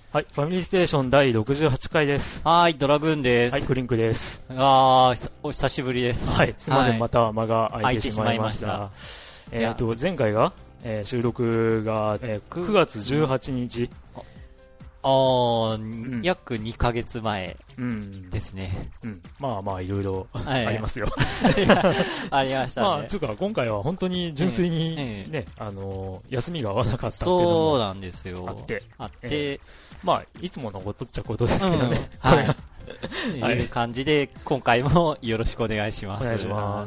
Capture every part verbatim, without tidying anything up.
はい、ファミリーステーションだいろくじゅうはちかいです。 はい、ドラグーンです。 はい、クリンクです。 あー、お久しぶりです。 はい、すみません、はい、また間が空いてしまいました。 ましたえっと、前回が、えー、収録が、えー、くがつじゅうはちにち。 あー、うん、約にかげつまえですね。 うんうん、まあまあ、いろいろありますよ。 ありましたね。 まあ、つうか、今回は本当に純粋にね、ええあのー、休みが合わなかったっていうのもそうなんですよ。 あって、 あって、 えーまあ、いつものことっちゃことですけどね。うん、 はい。という感じで、今回もよろしくお願いします。 お願いします。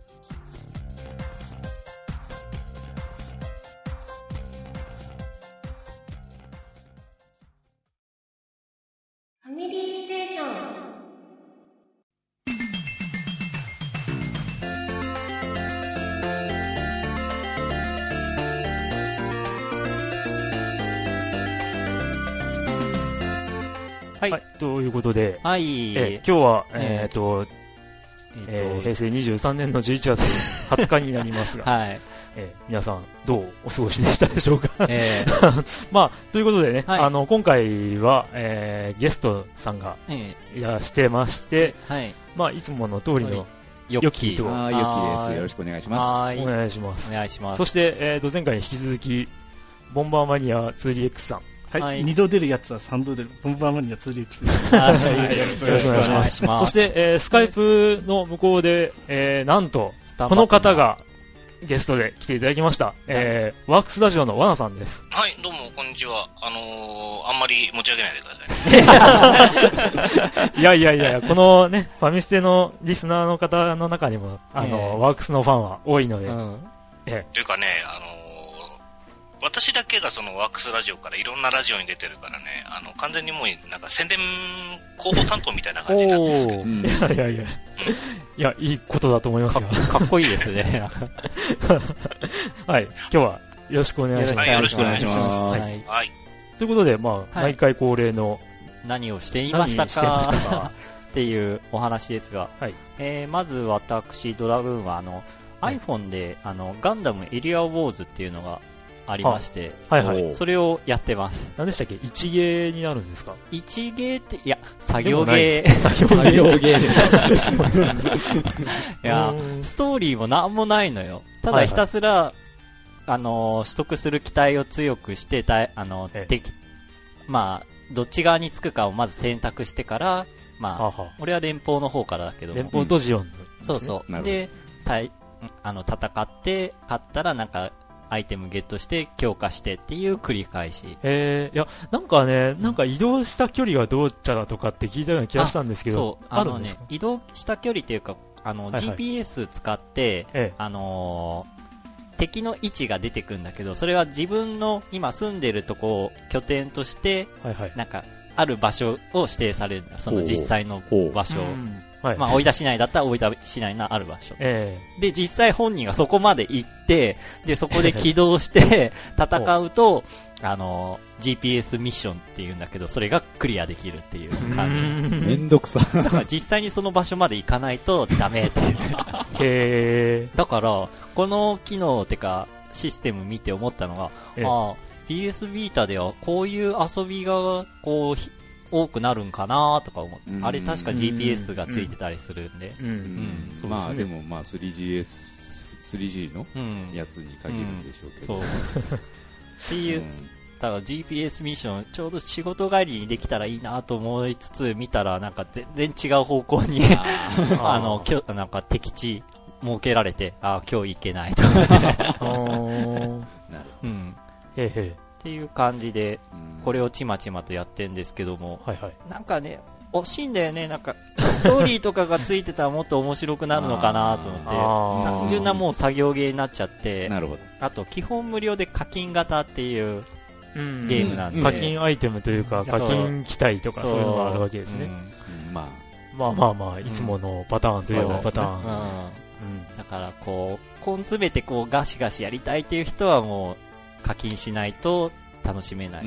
ファミリーステーション。 はい、はい、ということで、 はい、 え今日は、えー、っと、えー、平成にじゅうさんねんのじゅういちがつはつかになりますが、 はい、 えー、皆さんどうお過ごしでしたでしょうか、 えー、 まあ、ということでね、 はい、 あの今回は、えー、ゲストさんがいらしてまして、 はい、 まあ、いつもの通りのヨッキーとあーヨッキーです。よろしくお願いします。 お願いします。 お願いします。 そして、えー、と前回に引き続きボンバーマニア ツーディーエックス さん、 はい、はい、にど出るやつはさんど出るボンバーマニア ツーディーエックス です。 よろしくお願いします。そして、えー、スカイプの向こうで、えー、なんとこの方がゲストで来ていただきました、えー、ワークスラジオのワナさんです。 はい、どうもこんにちは。あのー、あんまり持ち上げないでくださいね。 いやいやいや、このねファミステのリスナーの方の中にもあの、えー、ワークスのファンは多いので、うん、 えー、というかね、あのー私だけがそのワークスラジオからいろんなラジオに出てるからね、あの完全にもうなんか宣伝広報担当みたいな感じになってるんですけど、うん、 いやいやいや、いやいいことだと思いますが、 かっこいいですね。 はい、今日はよろしくお願いします。 はい、よろしくお願いします。 はい、 はい、 ということで、まあ、はい、毎回恒例の何をしていましたかっていうお話ですが、はい、えー、まず私ドラグーンはあの、はい、iPhone であのガンダムエリアウォーズっていうのがありまして、 はいはい、 それをやってます。 何でしたっけ？一芸になるんですか？ 一芸って、いや、作業芸。 作業芸。いや、ストーリーもなんもないのよ。ただひたすら、はいはい、あの、取得する機体を強くして、たあの、でき、まあ、どっち側につくかをまず選択してから、まあ、はは俺は連邦の方からだけど連邦とジオン、ね、 そうそう。で、対、あの、戦って、勝ったらなんか、アイテムゲットして強化してっていう繰り返し。 えー、いやなんかね、なんか移動した距離がどうちゃだとかって聞いたような気がしたんですけど、 そう、あのね、移動した距離っていうか、あの、はいはい、ジーピーエス 使って、ええ、あのー、敵の位置が出てくるんだけど、それは自分の今住んでるとこを拠点として、はいはい、なんかある場所を指定されるんだ、その実際の場所を。はい、まあ、追い出しないだったら追い出しないのある場所、えー、で実際本人がそこまで行ってでそこで起動して戦うとあの ジーピーエス ミッションっていうんだけどそれがクリアできるっていう感じ。 めんどくさだから実際にその場所まで行かないとダメっていうへだからこの機能ってかシステム見て思ったのが、えー、あ ピーエス ビータではこういう遊びがこう多くなるんかなとか思って、あれ確か ジーピーエス がついてたりするんで、 まあでもまあ スリージーエス、スリージー のやつに限るんでしょうけど、うんうん、 そうっていう、ただ ジーピーエス ミッションちょうど仕事帰りにできたらいいなと思いつつ見たらなんか全然違う方向にあのきょなんか敵地設けられてあ今日行けないとかうん、へへっていう感じでこれをちまちまとやってるんですけども、はいはい、なんかね惜しいんだよね。なんかストーリーとかがついてたらもっと面白くなるのかなと思って単純なもう作業ゲーになっちゃって、 なるほど。 あと基本無料で課金型っていうゲームなんで、 課金アイテムというか課金機体とかそういうのがあるわけですね、うん、まあ、まあまあまあいつものパターンといえばパターン、うんうんうん、だからこう根詰めてこうガシガシやりたいっていう人はもう課金しないと楽しめない、うん、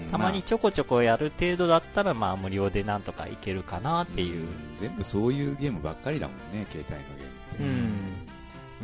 たまにちょこちょこやる程度だったらまあ無料でなんとかいけるかなっていう、うん、 全部そういうゲームばっかりだもんね、携帯のゲームって、うんうん、だ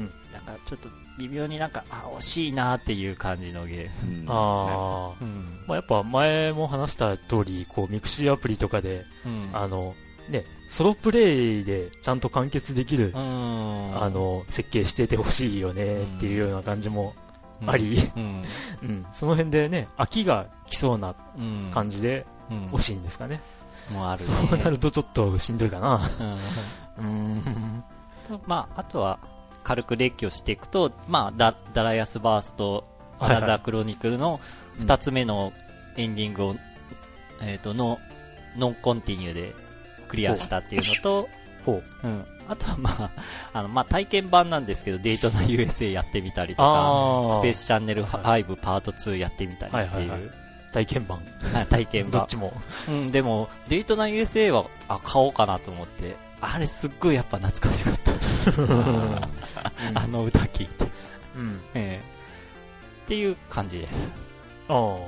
かちょっと微妙になんか、あ、惜しいなっていう感じのゲーム。 ああ、うん、まあやっぱ前も話した通り、こうミクシーアプリとかで、うん、あのね、ソロプレイでちゃんと完結できる、あの設計しててほしいよねっていうような感じもあり、うんうん、その辺でね、飽きが来そうな感じで欲しいんですかね。 もうあるね。 そうなるとちょっとしんどいかな。 うんうんまあ、あとは軽く列挙していくと、まあ、ダ, ダライアスバースとアナザークロニクルのふたつめのエンディングを、うんえー、とのノンコンティニューでクリアしたっていうのと、ほううん、あとは、まああのまあ、体験版なんですけど、デイトナ ユーエスエー やってみたりとか、スペースチャンネルファイブパートツーやってみたりっていう。はいはいはい、 体験版体験版どっちも、 うん、でもデイトナ ユーエスエー はあ買おうかなと思って、あれすっごいやっぱ懐かしかったあの歌聞いて、うんえー、っていう感じです。 あはい、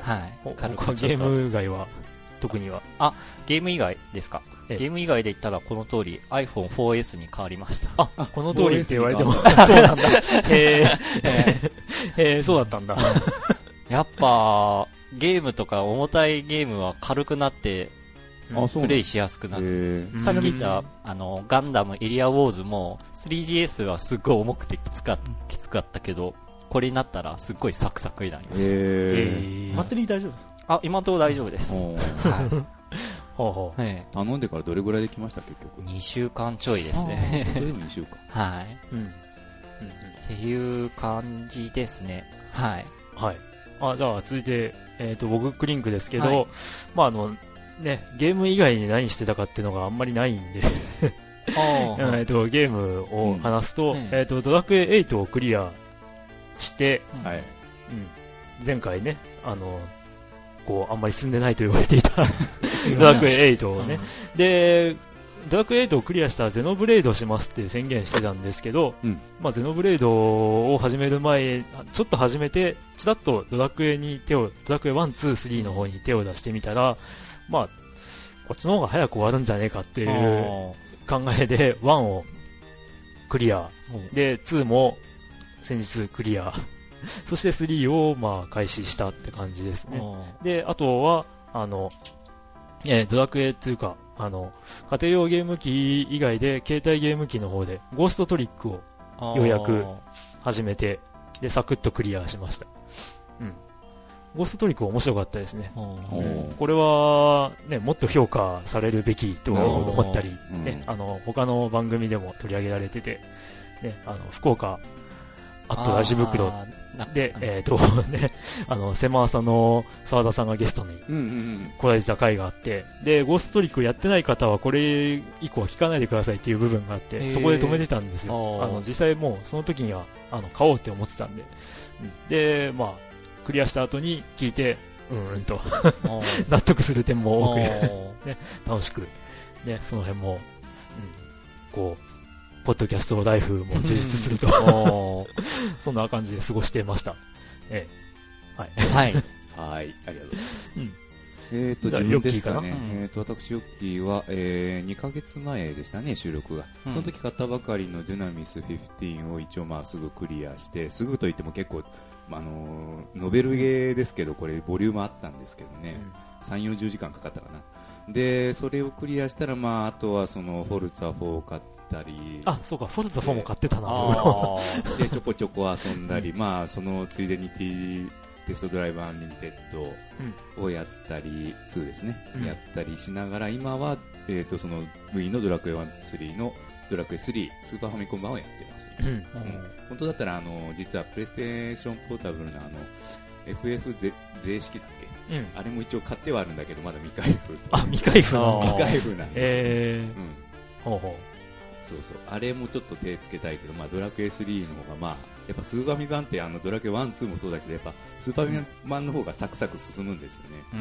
軽くゲーム以外は特にはあゲーム以外ですか。ゲーム以外で言ったらこの通り アイフォンフォーエス に変わりました。 あこの通りって言われてもそうなんだへええー、そうだったんだやっぱゲームとか重たいゲームは軽くなってプレイしやすくなる。さっき言ったあのガンダムエリアウォーズも スリージーエス はすっごい重くてきつかきつかったけど、これになったらすっごいサクサクになりました。 バッテリー大丈夫ですか。 あ今のところ大丈夫です。はいほうほうはい、頼んでからどれぐらいできました結局。 にしゅうかんちょいですね。 それでもにしゅうかんはい、うんうん、っていう感じですね。はいはい。あじゃあ続いて、えー、と僕クリンクですけど、はい、まああのね、ゲーム以外に何してたかっていうのがあんまりないんでえとゲームを話すと、うんえー、とドラクエエイトをクリアして、うんうん、前回ねあのこうあんまり進んでないと言われていたドラクエエイトをね、うん、でドラクエエイトをクリアしたらゼノブレイドしますって宣言してたんですけど、うんまあ、ゼノブレイドを始める前ちょっと始めてちらっとドラクエに手をドラクエワン、ツー、スリーの方に手を出してみたら、まあこっちの方が早く終わるんじゃねえかっていう考えでワンをクリアでツーも先日クリアそしてスリーをまあ開始したって感じですね。であとはあの、えー、ドラクエというかあの家庭用ゲーム機以外で携帯ゲーム機の方でゴーストトリックをようやく始めてでサクッとクリアしました。うんゴーストトリック面白かったですね。うん、これは、ね、もっと評価されるべきと思ったり、ね、あの他の番組でも取り上げられてて、ね、あの福岡アットラジ袋で、えっ、ー、とね、あの狭さの澤田さんがゲストに来られてた回があって、でゴーストトリックやってない方はこれ以降は聞かないでくださいっていう部分があって、そこで止めてたんですよ。あの実際もうその時にはあの買おうって思ってたんで、でまあ。クリアした後に聞いてうーんと納得する点も多く、ね、楽しく、ね、その辺も、うん、こうポッドキャストライフも充実するとそんな感じで過ごしてました。ええ、はいはい、 はい、ありがとうございます。うんえーと、自分ですかね。えーと、私、ヨッキーは、えー、にかげつまえでしたね、収録が。うん、その時買ったばかりのデュナミスじゅうごを一応まあすぐクリアして、すぐといっても結構、あのー、ノベルゲーですけど、これボリュームあったんですけどね、うん、さんじゅう、よんじゅうじかんかかったかな。で、それをクリアしたら、まあ、あとはその、フォルツァフォーを買ったり。 あ、そうか、フォルツァフォーも買ってたな。 で、ちょこちょこ遊んだり、うん、まあ、そのついでに T、テストドライブアンリミテッドをやったり、ツーですね、うん、やったりしながら今は、えー、とその Wii のドラクエワン、ツー、スリーのドラクエスリースーパーファミコン版をやってます、うんうん、本当だったらあの実はプレイステーションポータブルのあの エフエフ ゼロ式だっけ、うん、あれも一応買ってはあるんだけどまだ未開封あ未開封未開封なんですよ、 えーうん、ほうほうそうそうあれもちょっと手つけたいけど、まあ、ドラクエスリーの方がまあやっぱスーファミ版ってあのドラクエワン、ツーもそうだけどやっぱスーファミ版の方がサクサク進むんですよね、 うん、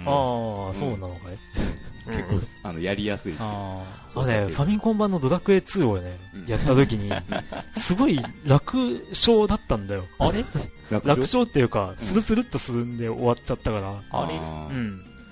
ああ、うん、そうなのかい結構あのやりやすいしああねファミコン版のドラクエツーをね、うん、やった時にすごい楽勝だったんだよあれ楽勝っていうかスルスルっと進んで終わっちゃったから、うん、あれ、うん、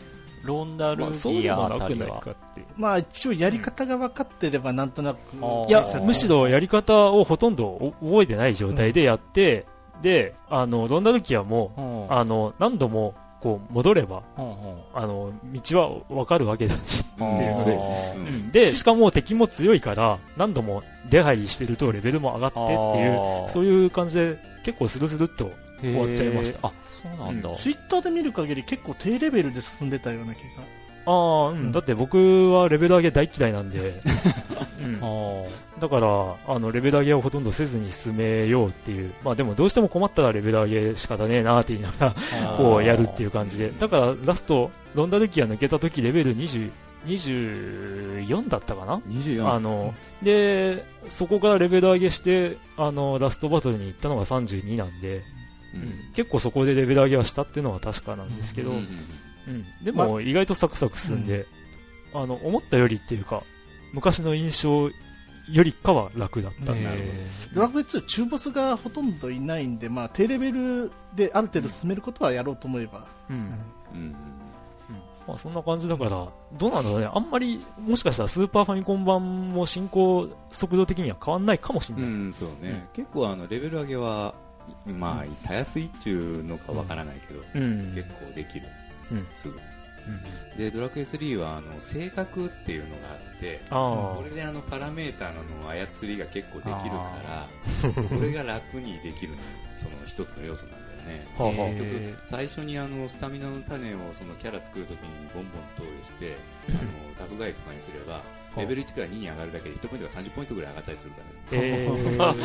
ロンダルギアあたりは、 まあ一応やり方が分かってればなんとなく、 いやむしろやり方をほとんど覚えてない状態でやって、うん、であのロンダルギアも、うん、あの何度もこう戻れば、うんうん、あの道は分かるわけだしっていうので、うん、でしかも敵も強いから何度も出入りしてるとレベルも上がってっていうそういう感じで結構スルスルっと終わっちゃいました。 あ、そうなんだ。 ツイッターで見る限り結構低レベルで進んでたような気が。 ああ、うん、うん、だって僕はレベル上げ大嫌いなんで、うん、あだからあのレベル上げをほとんどせずに進めようっていう、まあでもどうしても困ったらレベル上げ仕方ねえなって言いながらこうやるっていう感じで、だからラストロンダルギア抜けた時レベルにじゅう、にじゅうよんだったかな、 にじゅうよん、 あのでそこからレベル上げしてあのラストバトルに行ったのがさんじゅうになんで、うん、結構そこでレベル上げはしたっていうのは確かなんですけど、うんうんうん、でも意外とサクサク進んで、ま、あの思ったよりっていうか昔の印象よりかは楽だったんで、 ドラクエツー中ボスがほとんどいないんで、まあ、低レベルである程度進めることはやろうと思えば、うんうんうんまあ、そんな感じだからどうなんだろうね、あんまりもしかしたらスーパーファミコン版も進行速度的には変わんないかもしれない、うん、 そうね、うん、結構あのレベル上げはまあ、たやすいっちゅうのかわからないけど、うん、結構できる、うん、すぐ、うん、でドラクエスリーはあの性格っていうのがあってこれであのパラメーターの操りが結構できるからこれが楽にできるその一つの要素なんだよね。結局最初にあのスタミナの種をそのキャラ作るときにボンボン投与してあのタフガイとかにすればレベルいちからにに上がるだけでいちポイントがさんじゅっポイントぐらい上がったりするから、ね、え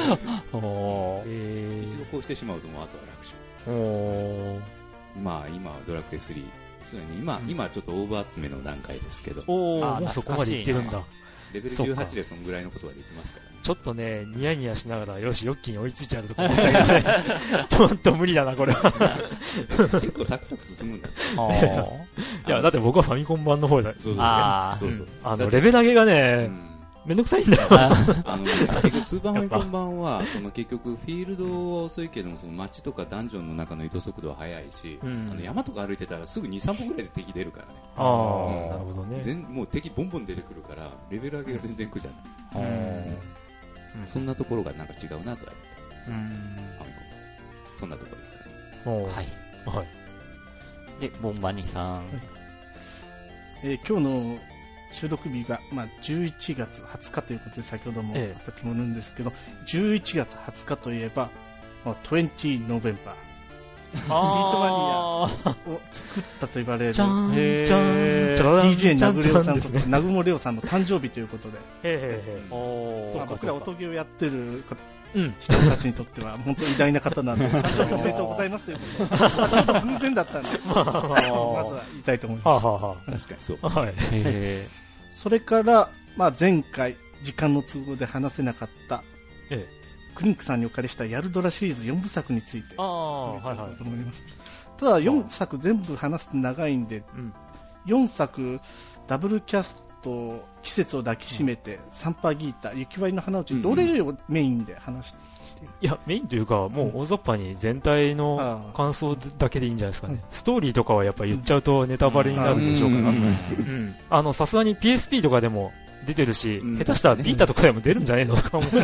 ー、一度こうしてしまうともうあとは楽勝。まあ今はドラクエスリー今、うん、今ちょっと大集めの段階ですけど、 おーもうそこまでいってるんだ。 レベルじゅうはちでそんぐらいのことができますからね。 ちょっとねニヤニヤしながらよしヨッキーに追いついちゃうとこ思ったけどねちょっと無理だなこれは結構サクサク進むんだいやだって僕はファミコン版の方だそうそうそうあ、そうそう、うん、 あのレベル上げがね、うんめんどくさいんだよあの、ね、結局スーパーファミコン版はその結局フィールドは遅いけどもその街とかダンジョンの中の移動速度は速いし、うん、あの山とか歩いてたらすぐに、さん歩ぐらいで敵出るからね。 ああ、うん、なるほどね。 全もう敵ボンボン出てくるからレベル上げが全然苦じゃない、うんうん、そんなところがなんか違うなとは思った、うん、ファミコンそんなところですかね。 はい、はい、でボンバニさん、はいえー、今日の収録日が、まあ、じゅういちがつはつかということで先ほどもあったと思うんですけど、ええ、じゅういちがつはつかといえば、まあ、にじゅうノーベンバービートマニアを作ったと言われるディージェー ナグレオさんこと南雲レオさんの誕生日ということで、まあ、僕ら音ゲーをやってる人たちにとっては本当に偉大な方なので誕生日おめでとうございますということで、まあ、ちょっと偶然だったんでまずは言いたいと思います。ははは確かにそう、 はい、それから、まあ、前回時間の都合で話せなかった、ええ、クリンクさんにお借りしたヤルドラシリーズよんぶさくについてあ、はいはい、と思います。ただよんさく全部話すと長いんで、うん、よんさくダブルキャスト季節を抱きしめて、うん、サンパーギータ雪割りの花うち、どれをメインで話している、 いやメインというかもう大雑把に全体の感想だけでいいんじゃないですかね、うん、ストーリーとかはやっぱ言っちゃうとネタバレになるでしょうからさすがに ピーエスピー とかでも出てるし、うん、下手したらビータとかでも出るんじゃねえのとか思って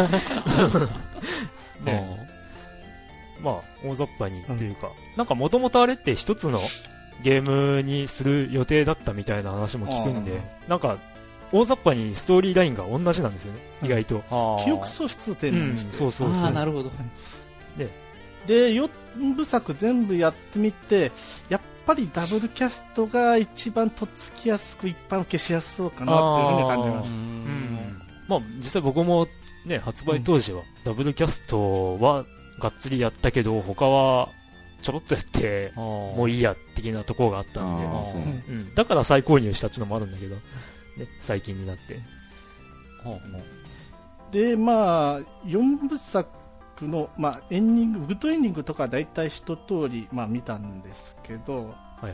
ねまあ大雑把にっていうか、うん、なんかもともとあれって一つのゲームにする予定だったみたいな話も聞くんで、なんか大雑把にストーリーラインが同じなんですよね、意外と。 記憶喪失をテーマにして、 うん、そうそうそう。 あ、なるほど。 で、でよんぶさく全部やってみて、やっぱりダブルキャストが一番とっつきやすく一般受けしやすそうかなっていうふうに感じました。うん、 まあ実際僕もね発売当時はダブルキャストはがっつりやったけど他はちょろっとやってもういいや的なところがあったんで、うん、だから再購入したっていうのもあるんだけど、ね、最近になって、 でまあよんぶさくの、まあ、エンディンググッドエンディングとかだいたい一通り、まあ、見たんですけど、はいはい、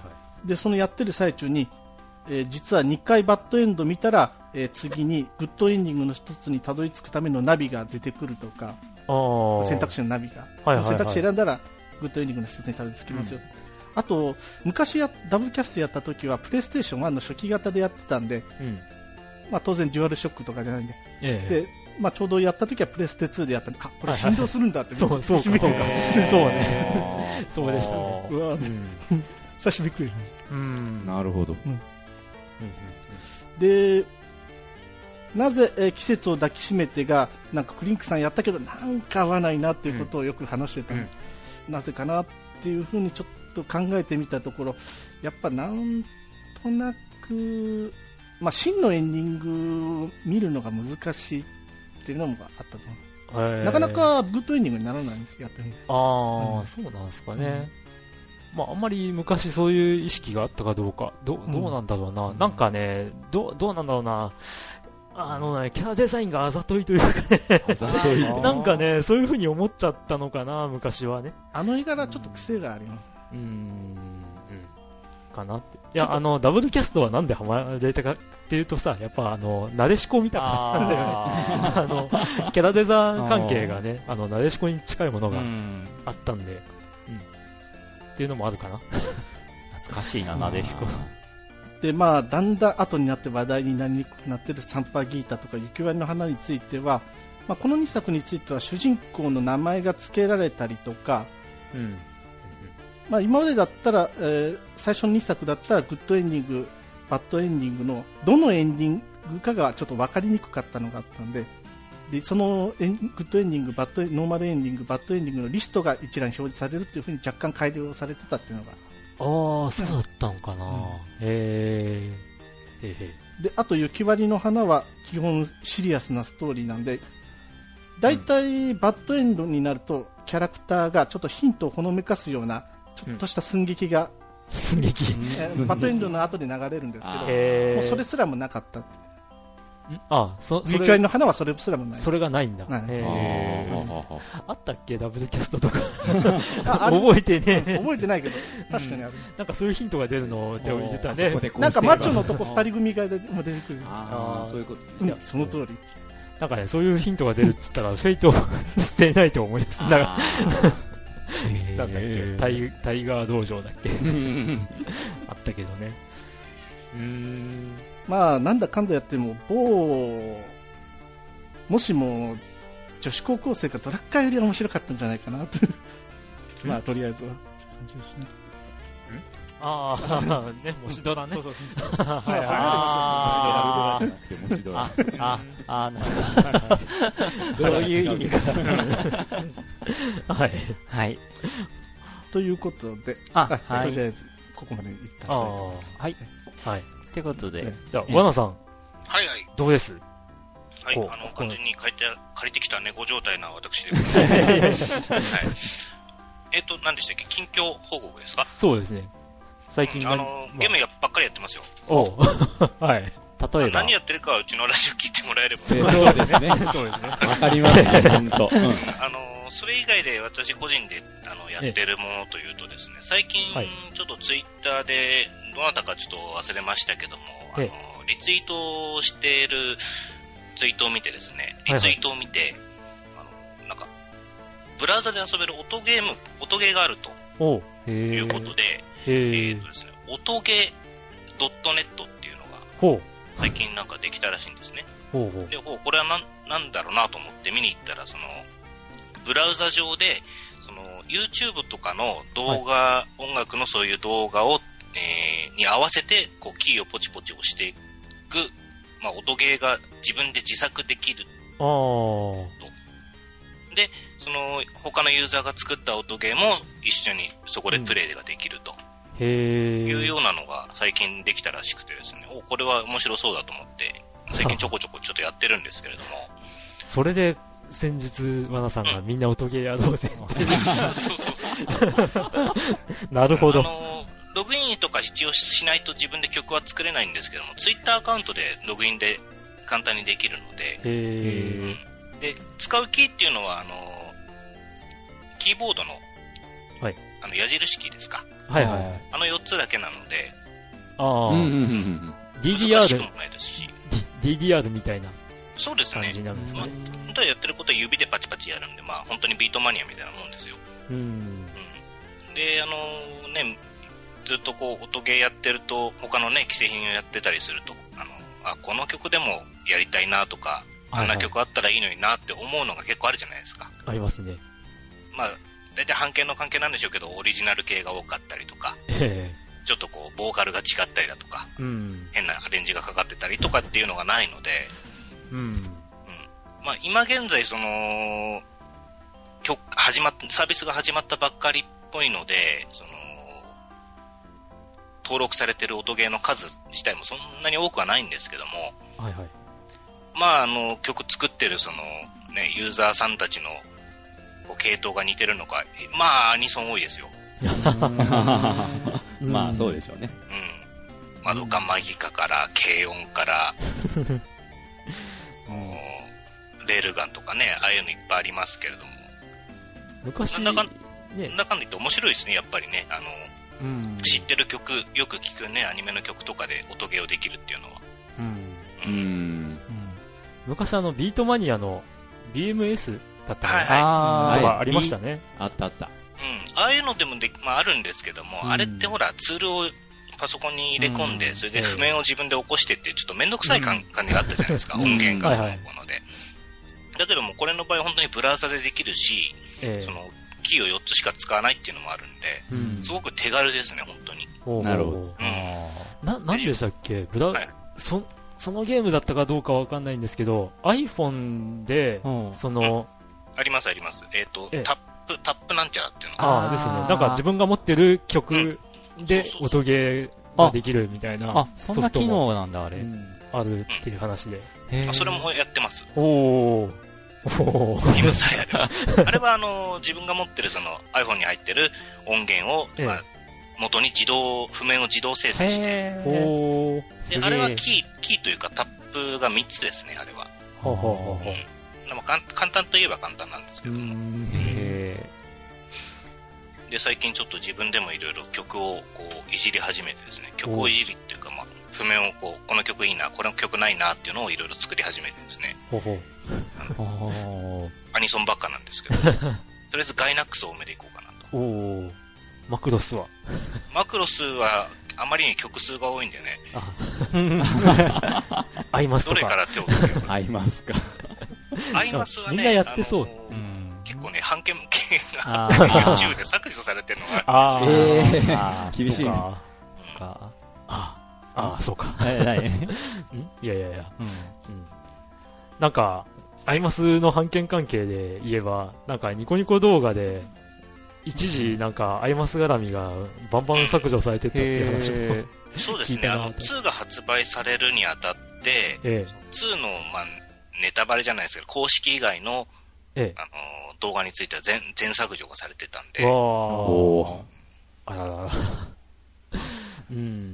でそのやってる最中に、えー、実はにかいバッドエンド見たら、えー、次にグッドエンディングの一つにたどり着くためのナビが出てくるとか、選択肢のナビが、はいはいはい、選択肢選んだらグッドエンディングの一つにたどり着きますよ、 あと昔やダブルキャストやった時はプレイステーションワンの初期型でやってたんで、うん、まあ、当然デュアルショックとかじゃないんで、ええ、でまあ、ちょうどやった時はプレステツーでやったんで、あ、これ振動するんだってめっちゃそうそう見てるそうねそうでしたね。 うわ、うん、最初びっくり。 うん、なるほど、うん、 でなぜ、えー、季節を抱きしめてがなんかクリンクさんやったけどなんか合わないなっていうことをよく話してた、うんうん、なぜかなっていうふうにちょっと考えてみたところ、やっぱなんとなく、まあ、真のエンディングを見るのが難しいっていうのもあったと思う。なかなかグッドエンディングにならないんですやってみて。 ああ、うん、そうなんですかね、うん、まあ、あんまり昔そういう意識があったかどうか ど, どうなんだろうな、うん、なんかね ど, どうなんだろうな、あのね、キャラデザインがあざといというかねあざといなんかね、そういう風に思っちゃったのかな、昔はね。 あの絵柄ちょっと癖があります。 うーん、うん、かなって。いや、あのダブルキャストはなんでハマれたかっていうとさ、やっぱあのなでしこ見たからなんだよね。あのキャラデザ関係がね、あのなでしこに近いものがあったんで、うん、っていうのもあるかな。 懐かしいな、なでしこ。 でまあ、だんだん後になって話題になりにくくなっているサンパーギータとか雪割りの花については、まあ、このにさくについては主人公の名前が付けられたりとか、うんまあ、今までだったら、えー、最初のにさくだったらグッドエンディング、バッドエンディングのどのエンディングかがちょっと分かりにくかったのがあったので、でそのエングッドエンディング、バッドノーマルエンディング、バッドエンディングのリストが一覧表示されるというふうに若干改良されてたっていうのが。 ああ、そうだったのかな、うん、へーへーで、あと雪割りの花は基本シリアスなストーリーなんで、だいたいバッドエンドになるとキャラクターがちょっとヒントをほのめかすようなちょっとした寸劇が、 うん、寸劇バッドエンドの後で流れるんですけど、もうそれすらもなかったって。 ああ、そ雪割りの花はそれすらもない。 それがないんだ。はい、へーあったっけ、ダブルキャストとか覚えてね覚えてないけど確かにある、 うん、なんかそういうヒントが出るのって言ったね。 なんかマッチョのとこふたり組が出てくる。 ああ、そういうこと。 うん、その通り。 なんかね、そういうヒントが出るっつったらフェイト捨てないと思い出す。なんかなんだっけ、タイタイガー道場だっけあったけどね。うーん、 まあ、なんだかんだやっても某もしも女子高校生がドラッカーより面白かったんじゃないかなとまあとりあえずはって感じですね。 ああね、もしドラね。そうそうそう。はいはい。 ああ、もしドラ。 ああ、なるほど。そういう意味が。 はいはい。 ということで、 あ、はい。 とりあえずここまでいったしたいと思います。 はいはい。ということで、 じゃあワナさん、 はいはい。 どうです？ はい、あの完全に借りて借りてきた猫状態な私でございます。はい。えっと何でしたっけ、近況報告ですか？ そうですね。最近、 あのゲームやばっかりやってますよ。 おはい。例えば何やってるかはうちのラジオ聞いてもらえれば。 そうですね。そうですね。わかりますね、本当。 あのそれ以外で私個人であのやってるものというとですね、最近ちょっとツイッターでどなたかちょっと忘れましたけども、あのリツイートをしているツイートを見てですね、リツイートを見て、はいはい、あのなんかブラウザで遊べる音ゲーム、音ゲーがあるということで、えーとですね、音ゲー .net っていうのが最近なんかできたらしいんですね。ほうほうで、ほうこれはなんなんだろうなと思って見に行ったら、そのブラウザ上でその YouTube とかの動画、はい、音楽のそういう動画を、えー、に合わせてこうキーをポチポチ押していく、まあ、音ゲーが自分で自作できると。で、その他のユーザーが作った音ゲーも一緒にそこでプレイができると、うん、いうようなのが最近できたらしくてですね、おこれは面白そうだと思って最近ちょこちょこちょっとやってるんですけれども、 それで先日ワナさんがみんな音ゲーやろうぜって、うん、そうそうそうなるほど。あのログインとか必要しないと自分で曲は作れないんですけども、ツイッターアカウントでログインで簡単にできるので、へうん、で使うキーっていうのはあのキーボードの、はい、あの矢印キーですか、はいはいはい、あのよっつだけなので、 ああ、うんうんうん、ディーディーアール 難しくもないですし、ディーディーアール みたいなそうですね。感じなんですね。まあ、本当はやってることは指でパチパチやるんで、まあ本当にビートマニアみたいなもんですよ。うん。うん、で、あのね、 ずっとこう音ゲーやってると他のね既製品をやってたりすると、あのあこの曲でもやりたいなとか、あんな曲あったらいいのになって思うのが結構あるじゃないですか。 ありますね。 まあ大体版権の関係なんでしょうけど、オリジナル系が多かったりとか、 えー、 ちょっとこうボーカルが違ったりだとか、うん、変なアレンジがかかってたりとかっていうのがないので、うんうん、まあ、今現在その曲始まっサービスが始まったばっかりっぽいので、その登録されてる音ゲーの数自体もそんなに多くはないんですけども、はいはい、まああの曲作ってるそのねユーザーさんたちのこう系統が似てるのか、まあアニソン多いですよ。 まあそうでしょうね。 うん。まあガンマギカから軽音からレールガンとかね、ああいうのいっぱいありますけれども。 昔なんだかん、ね、なんだかんだ言って面白いですね、やっぱりね。あの、うん、知ってる曲、よく聞くね、アニメの曲とかで音ゲーをできるっていうのは。うん。うん。うん、 昔あの、ビートマニアの ビーエムエス だったかな、はいはい、とかありましたね。 あったあった。 うん。ああいうのでもで、まああるんですけども、うん、あれってほら、ツールをパソコンに入れ込んで、うん、それで譜面を自分で起こしてって、ちょっとめんどくさい感,、うん、感じがあったじゃないですか、うん、音源がのもので。だけども、これの場合本当にブラウザでできるし、えー、その、キーをよっつしか使わないっていうのもあるんで、うん、すごく手軽ですね、本当に。 なるほど。うん、な、なんでしたっけブラ、はい、そ、そのゲームだったかどうかわかんないんですけど、iPhone で、うん、その、 うん、ありますあります。えっ、ー、と、えー、タップ、タップなんちゃらっていうのが。 ああ、ですよね。なんか自分が持ってる曲で音ゲーができるみたいな。 あ、そんな機能なんだ、あれ。うん、 あるっていう話で。 うん、あ、それもやってます。 おー。 今さえあれば。あれはあの、自分が持ってるその iPhone に入ってる音源を、まあ、元に自動、譜面を自動生成して。で、あれはキー、キーというかタップがみっつですね、あれは。ほうほうほうほう。うん。でも簡単といえば簡単なんですけども。へで、最近ちょっと自分でもいろいろ曲をこういじり始めてですね、曲をいじりっていうか、まあ、譜面をこう、この曲いいな、この曲ないなっていうのをいろいろ作り始めてですね。ほうほう。アニソンばっかなんですけど、とりあえずガイナックス多めでいこうかなと。おー。マクロスはマクロスはあまりに曲数が多いんでね。 アイマスとか。 どれから手をつけるか。 アイマスか。 アイマスはね、 みんなやってそう。 うん、結構ね、版権系が YouTube で削除されてるのがあるんですよ。あー、厳しいね。 ああ、そうか。いやいやいや。うん。なんか、アイマスの版権関係で言えば、なんかニコニコ動画で、一時なんかアイマス絡みがバンバン削除されてたっていう話もそうですね、あの、ツーが発売されるにあたって、ええ、ツーの、まあ、ネタバレじゃないですけど、公式以外の、ええ、あの、動画については全、全削除がされてたんで。おあららら。うん。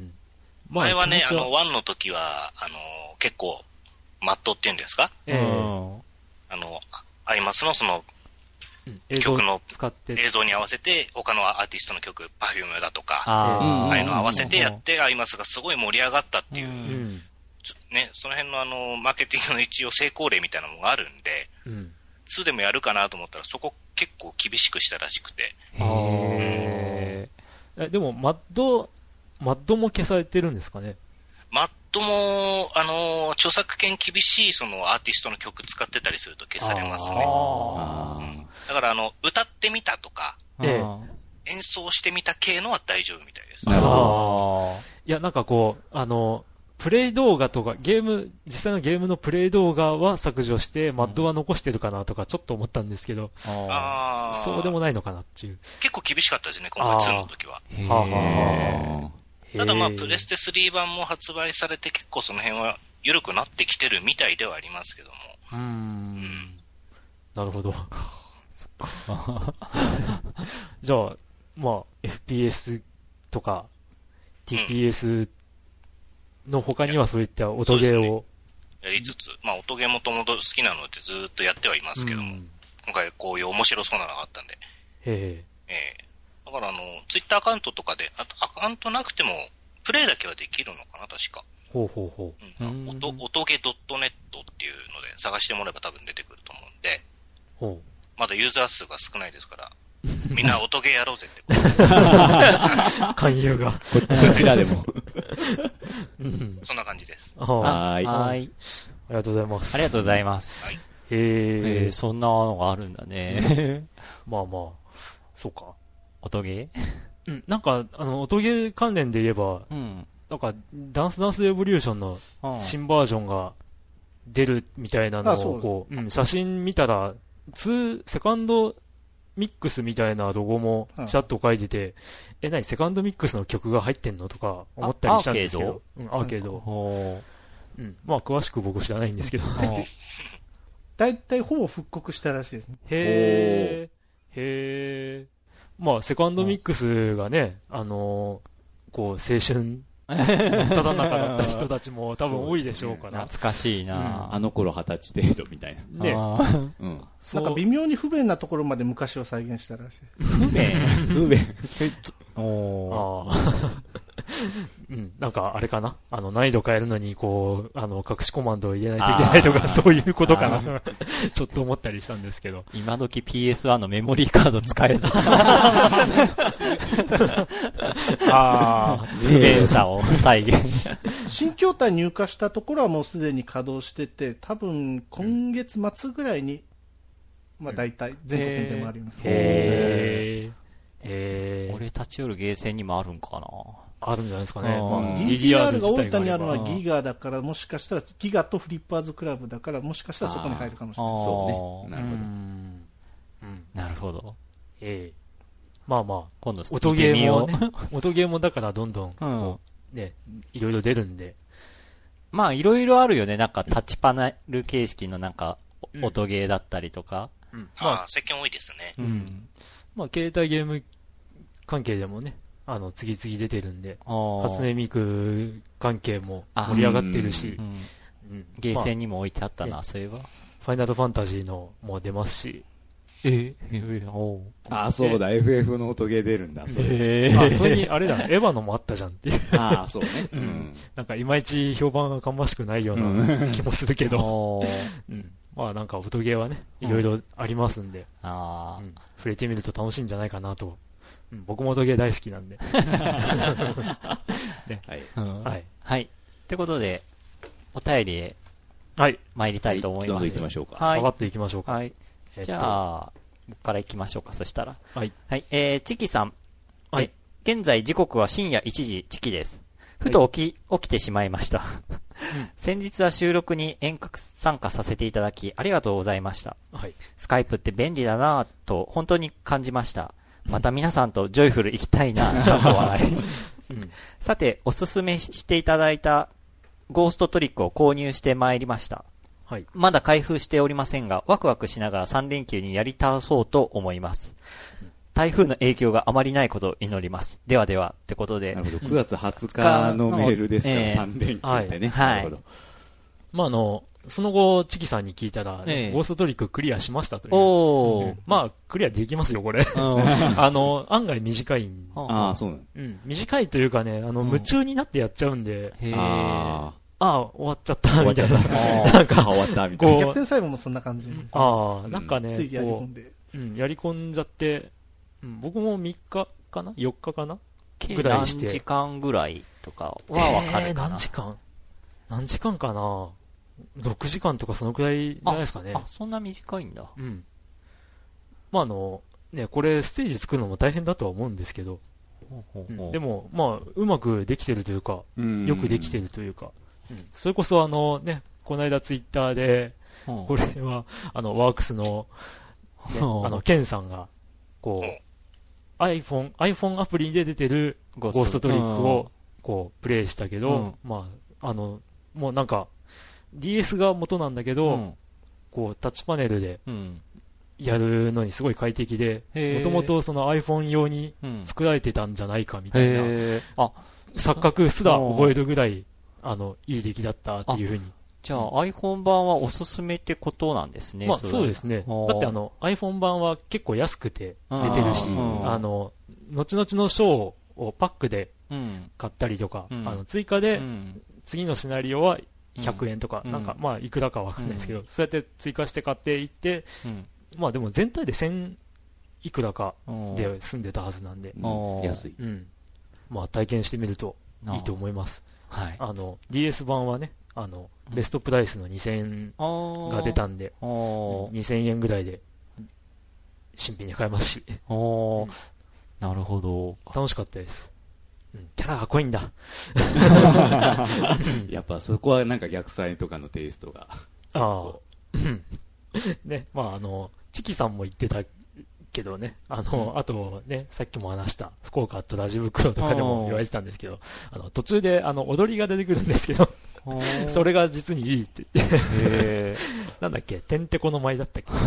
前はね、あの、ワンの時は、あの、結構、マットっていうんですか、ええ、あの、アイマスのその、曲の映像に合わせて他のアーティストの曲、Perfume だとか、ああいうの合わせてやってアイマスがすごい盛り上がったっていう、うん、ね、その辺のあのマーケティングの一応成功例みたいなのがあるんで、うん、ツーでもやるかなと思ったらそこ結構厳しくしたらしくて。 へー、えでもマッドマッドも消されてるんですかね。 マッドも、あのー、著作権厳しいそのアーティストの曲使ってたりすると消されますね。あ、うん、だからあの、歌ってみたとか、ええ、演奏してみた系のは大丈夫みたいです。 あ、いや、なんかこう、あの、プレイ動画とか、ゲーム、実際のゲームのプレイ動画は削除して、マッドは残してるかなとかちょっと思ったんですけど、あ、そうでもないのかなっていう。 結構厳しかったですね、今回ツーの時は。はただまあ、プレステスリー版も発売されて結構その辺は緩くなってきてるみたいではありますけども。うーん。うん、 なるほど。そっか。じゃあ、まあ、エフピーエス とか ティーピーエス の他にはそういった音ゲーを、 やりつつ、まあ音ゲーもともと好きなのでずっとやってはいますけども、うん、今回こういう面白そうなのがあったんで。へえ。ええ。だからあの、ツイッターアカウントとかで、あとアカウントなくても、プレイだけはできるのかな、確か。ほうほうほう。うん、音、音ゲ .net っていうので探してもらえば多分出てくると思うんで、ほう。まだユーザー数が少ないですから、 みんな音ゲーやろうぜって勧誘が。 こちらでも。 そんな感じです。 はい。 はい。 ありがとうございます。 ありがとうございます。はい、 へえ。 えー、そんなのがあるんだね。 まあまあ、そうか。 音ゲーうん、なんか、あの、音ゲー関連で言えば、うん、なんか、ダンスダンスエボリューションの新バージョンが出るみたいなのを、こう、うん、写真見たら、に、セカンドミックスみたいなロゴもちゃっと書いてて、え、なに、セカンドミックスの曲が入ってんのとか思ったりしたんですけど、うん、アーケード。うん、まあ、詳しく僕知らないんですけど。 だいたいほぼ復刻したらしいですね。 へー。へー。まあ、セカンドミックスがね、あのー、こう、青春、ただ中だった人たちも多分多いでしょうから。 懐かしいな、うん、 あの頃二十歳程度みたいな。ね。 うん。なんか微妙に不便なところまで昔を再現したらしい。 不便不便おー。うん、なんかあれかなあの難易度変えるのにこうあの隠しコマンドを入れないといけないとかそういうことかなちょっと思ったりしたんですけど今時 ピーエスワン のメモリーカード使えたああ不便さを再現新筐体入荷したところはもうすでに稼働してて多分今月末ぐらいに、まあ大体全国に出回ります。 へーへー俺立ち寄るゲーセンにもあるんかなあるんじゃないですかね。 まあ、ディーディーアール が大分にあるのはギガだから、もしかしたら、ギガとフリッパーズクラブだから、もしかしたらそこに入るかもしれない。 そうね。なるほど。 うん。なるほど。 ええ。まあまあ、今度音ゲーもね、音ゲーもだからどんどん、こう、ね、いろいろ出るんで。 まあ、いろいろあるよね。なんか、タッチパネル形式のなんか、音ゲーだったりとか。 うん。まあ、最近多いですね。 うん。まあ、携帯ゲーム関係でもね、あの、次々出てるんで、初音ミク関係も盛り上がってるし、うんうん、ゲーセンにも置いてあったな、まあ、そういえば。 ファイナルファンタジーのも出ますし、 ええおあ、そうだ、エフエフ の音ゲー出るんだ、それ。 えー、あ、それに、あれだ、エヴァのもあったじゃんっていう。 ああ、そうね。 うん。なんか、いまいち評判が芳しくないような気もするけど、うん。まあ、なんか、音ゲーはね、いろいろありますんで、うん、あうん、触れてみると楽しいんじゃないかなと。うん、僕も音ゲー大好きなんで。ね、 はい。うん、はい。はい。ってことで、お便りへ、 はい。 参りたいと思います。はい、 どんどん行きましょうか。 はい。上がっていきましょうか。 はい。えー、じゃあ、僕から行きましょうか、そしたら。 はい。 はい。えー、チキさん。はい。現在時刻は深夜いちじ、チキです。ふと起き、起きてしまいました。うん、先日は収録に遠隔参加させていただき、ありがとうございました。はい。スカイプって便利だなぁと、本当に感じました。また皆さんとジョイフル行きたいな、と笑い、うん。さて、おすすめしていただいたゴーストトリックを購入してまいりました。はい。まだ開封しておりませんが、ワクワクしながらさん連休にやり倒そうと思います。台風の影響があまりないことを祈ります。ではでは、ってことで。 なるほど。くがつはつかのメールですから、さん連休ってね。 はい。 なるほど。 まあ、あの、その後、チキさんに聞いたら、ねええ、ゴーストトリッククリアしましたという。おー。うん、まあ、クリアできますよ、これ。あの、案外短いんああ、そうなの。 うん。短いというかね、あの、夢中になってやっちゃうんで。 へあああ、終わっちゃった、みたいな。なんか、 終わった、みたいな。 逆転裁判もそんな感じ。 ああ、なんかね、 ついやり込んで。 うん、やり込んじゃって、うん、僕もみっかかな ?よっかかなぐらいして。何時間ぐらいとかはわかるかな、 えー、何時間何時間かなろくじかんとかそのくらいじゃないですかね。 あ、そんな短いんだ。 うん。まあ、あの、ね、これステージ作るのも大変だとは思うんですけど、ほうほうほううん、でも、まあ、うまくできてるというか、よくできてるというか、うん、それこそあのね、この間ツイッターで、これは、あの、ワークスの、ね、あの、ケンさんが、こう、iPhone、iPhone アプリで出てるゴーストトリックを、こう、プレイしたけど、うん、まあ、あの、もうなんか、ディーエス が元なんだけど、うん、こう、タッチパネルで、やるのにすごい快適で、もともとその iPhone 用に作られてたんじゃないかみたいな、うん、あ、錯覚すら覚えるぐらい、あの、いい出来だったっていうふうに。 じゃあ、iPhone 版はおすすめってことなんですね。 まあ、そうですね。だってあの、iPhone 版は結構安くて出てるし、あの、後々のショーをパックで買ったりとか、うん、あの、追加で、次のシナリオはひゃくえんとか、うん、なんか、まあ、いくらかわかんないですけど、うん、そうやって追加して買っていって、うん、まあでも全体でせんいくらかで済んでたはずなんで、 うん、安い。 うん。まあ体験してみるといいと思います。 はい。 あの、ディーエス 版はね、あの、ベストプライスのにせんえんが出たんで、にせんえんぐらいで新品に買えますし。 おー、なるほど。 楽しかったです。うん、キャラが濃いんだ。 やっぱそこはなんか逆サイとかのテイストが。 ああ。ね、まああの、チキさんも言ってたけどね、あの、うん、あとね、さっきも話した福岡とラジ袋とかでも言われてたんですけど、あの、途中であの、踊りが出てくるんですけど、それが実にいいって言って、えー、なんだっけ、てんてこの舞だったっけ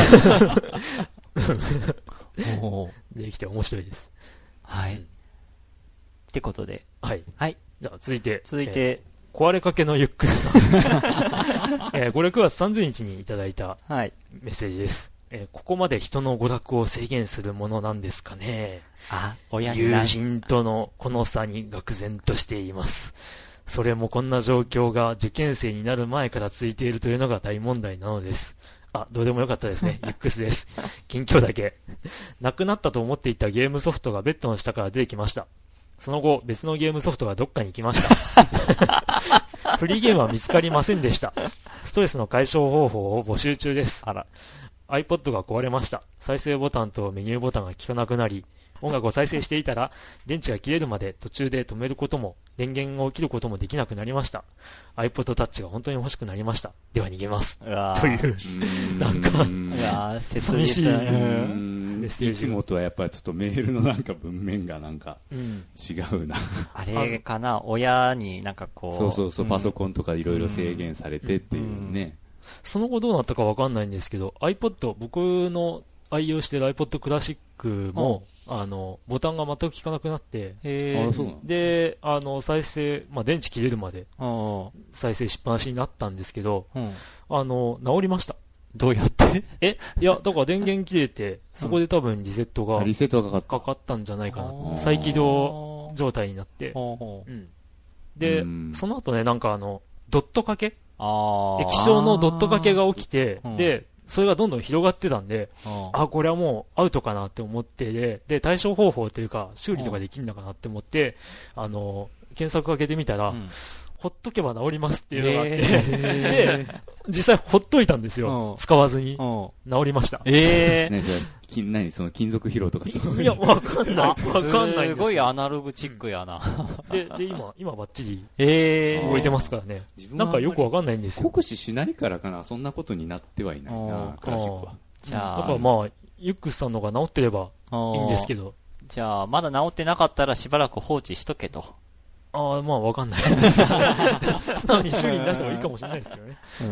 できて面白いです。 はい。うん、ってことで。 はい。 はい。 じゃあ続いて。 続いて、 えー、壊れかけのユックスさん。えー、これくがつさんじゅうにちにいただいたメッセージです。えー、ここまで人の娯楽を制限するものなんですかね。 あ、親に友人とのこの差に愕然としています。それもこんな状況が受験生になる前から続いているというのが大問題なのです。あ、どうでもよかったですね。ユックスです。近況だけ。なくなったと思っていたゲームソフトがベッドの下から出てきました。その後、別のゲームソフトがどっかに行きました。フリーゲームは見つかりませんでした。ストレスの解消方法を募集中です。あら。iPod が壊れました。再生ボタンとメニューボタンが効かなくなり、音楽を再生していたら、電池が切れるまで途中で止めることも、電源を切ることもできなくなりました。iPod Touch が本当に欲しくなりました。では逃げます。という、なんか、寂しいメッセージ。 いつもとはやっぱりちょっとメールのなんか文面がなんか違うな。 あれかな、親になんかこう。 そうそうそう、パソコンとかいろいろ制限されてっていうね。 その後どうなったかわかんないんですけど、iPod、僕の愛用している iPod クラシックも、あの、ボタンが全く効かなくなって、で、あの、再生、まあ、電池切れるまで、再生しっぱなしになったんですけど、うん、あの、治りました。 どうやってえいや、だから電源切れて、そこで多分リセットが、 リセットがかかったんじゃないかな。再起動状態になって、うん、で、その後ね、なんかあの、ドットかけ液晶のドットかけが起きて、で、それがどんどん広がってたんで、あ、これはもうアウトかなって思ってで、で、対処方法というか、修理とかできるのかなって思って、あの、検索かけてみたら、うん、ほっとけば治りますっていうのがあって、えー、で、実際ほっといたんですよ。使わずに。治りました。 えー、 ね、じゃあ、金、何その金属疲労とかそういう。いや、わかんない。わかんない。 すごいアナログチックやな。 で、で、今、今バッチリ、えー、動いてますからね。なんかよくわかんないんですよ。 酷使しないからかな、そんなことになってはいないな、クラシックは。 じゃあ、だからまあ、ユックスさんのが治ってればいいんですけど。 じゃあ、まだ治ってなかったらしばらく放置しとけと。 ああ、まあわかんないですけど。素直に修理に出した方がいいかもしれないですけどね。 うん。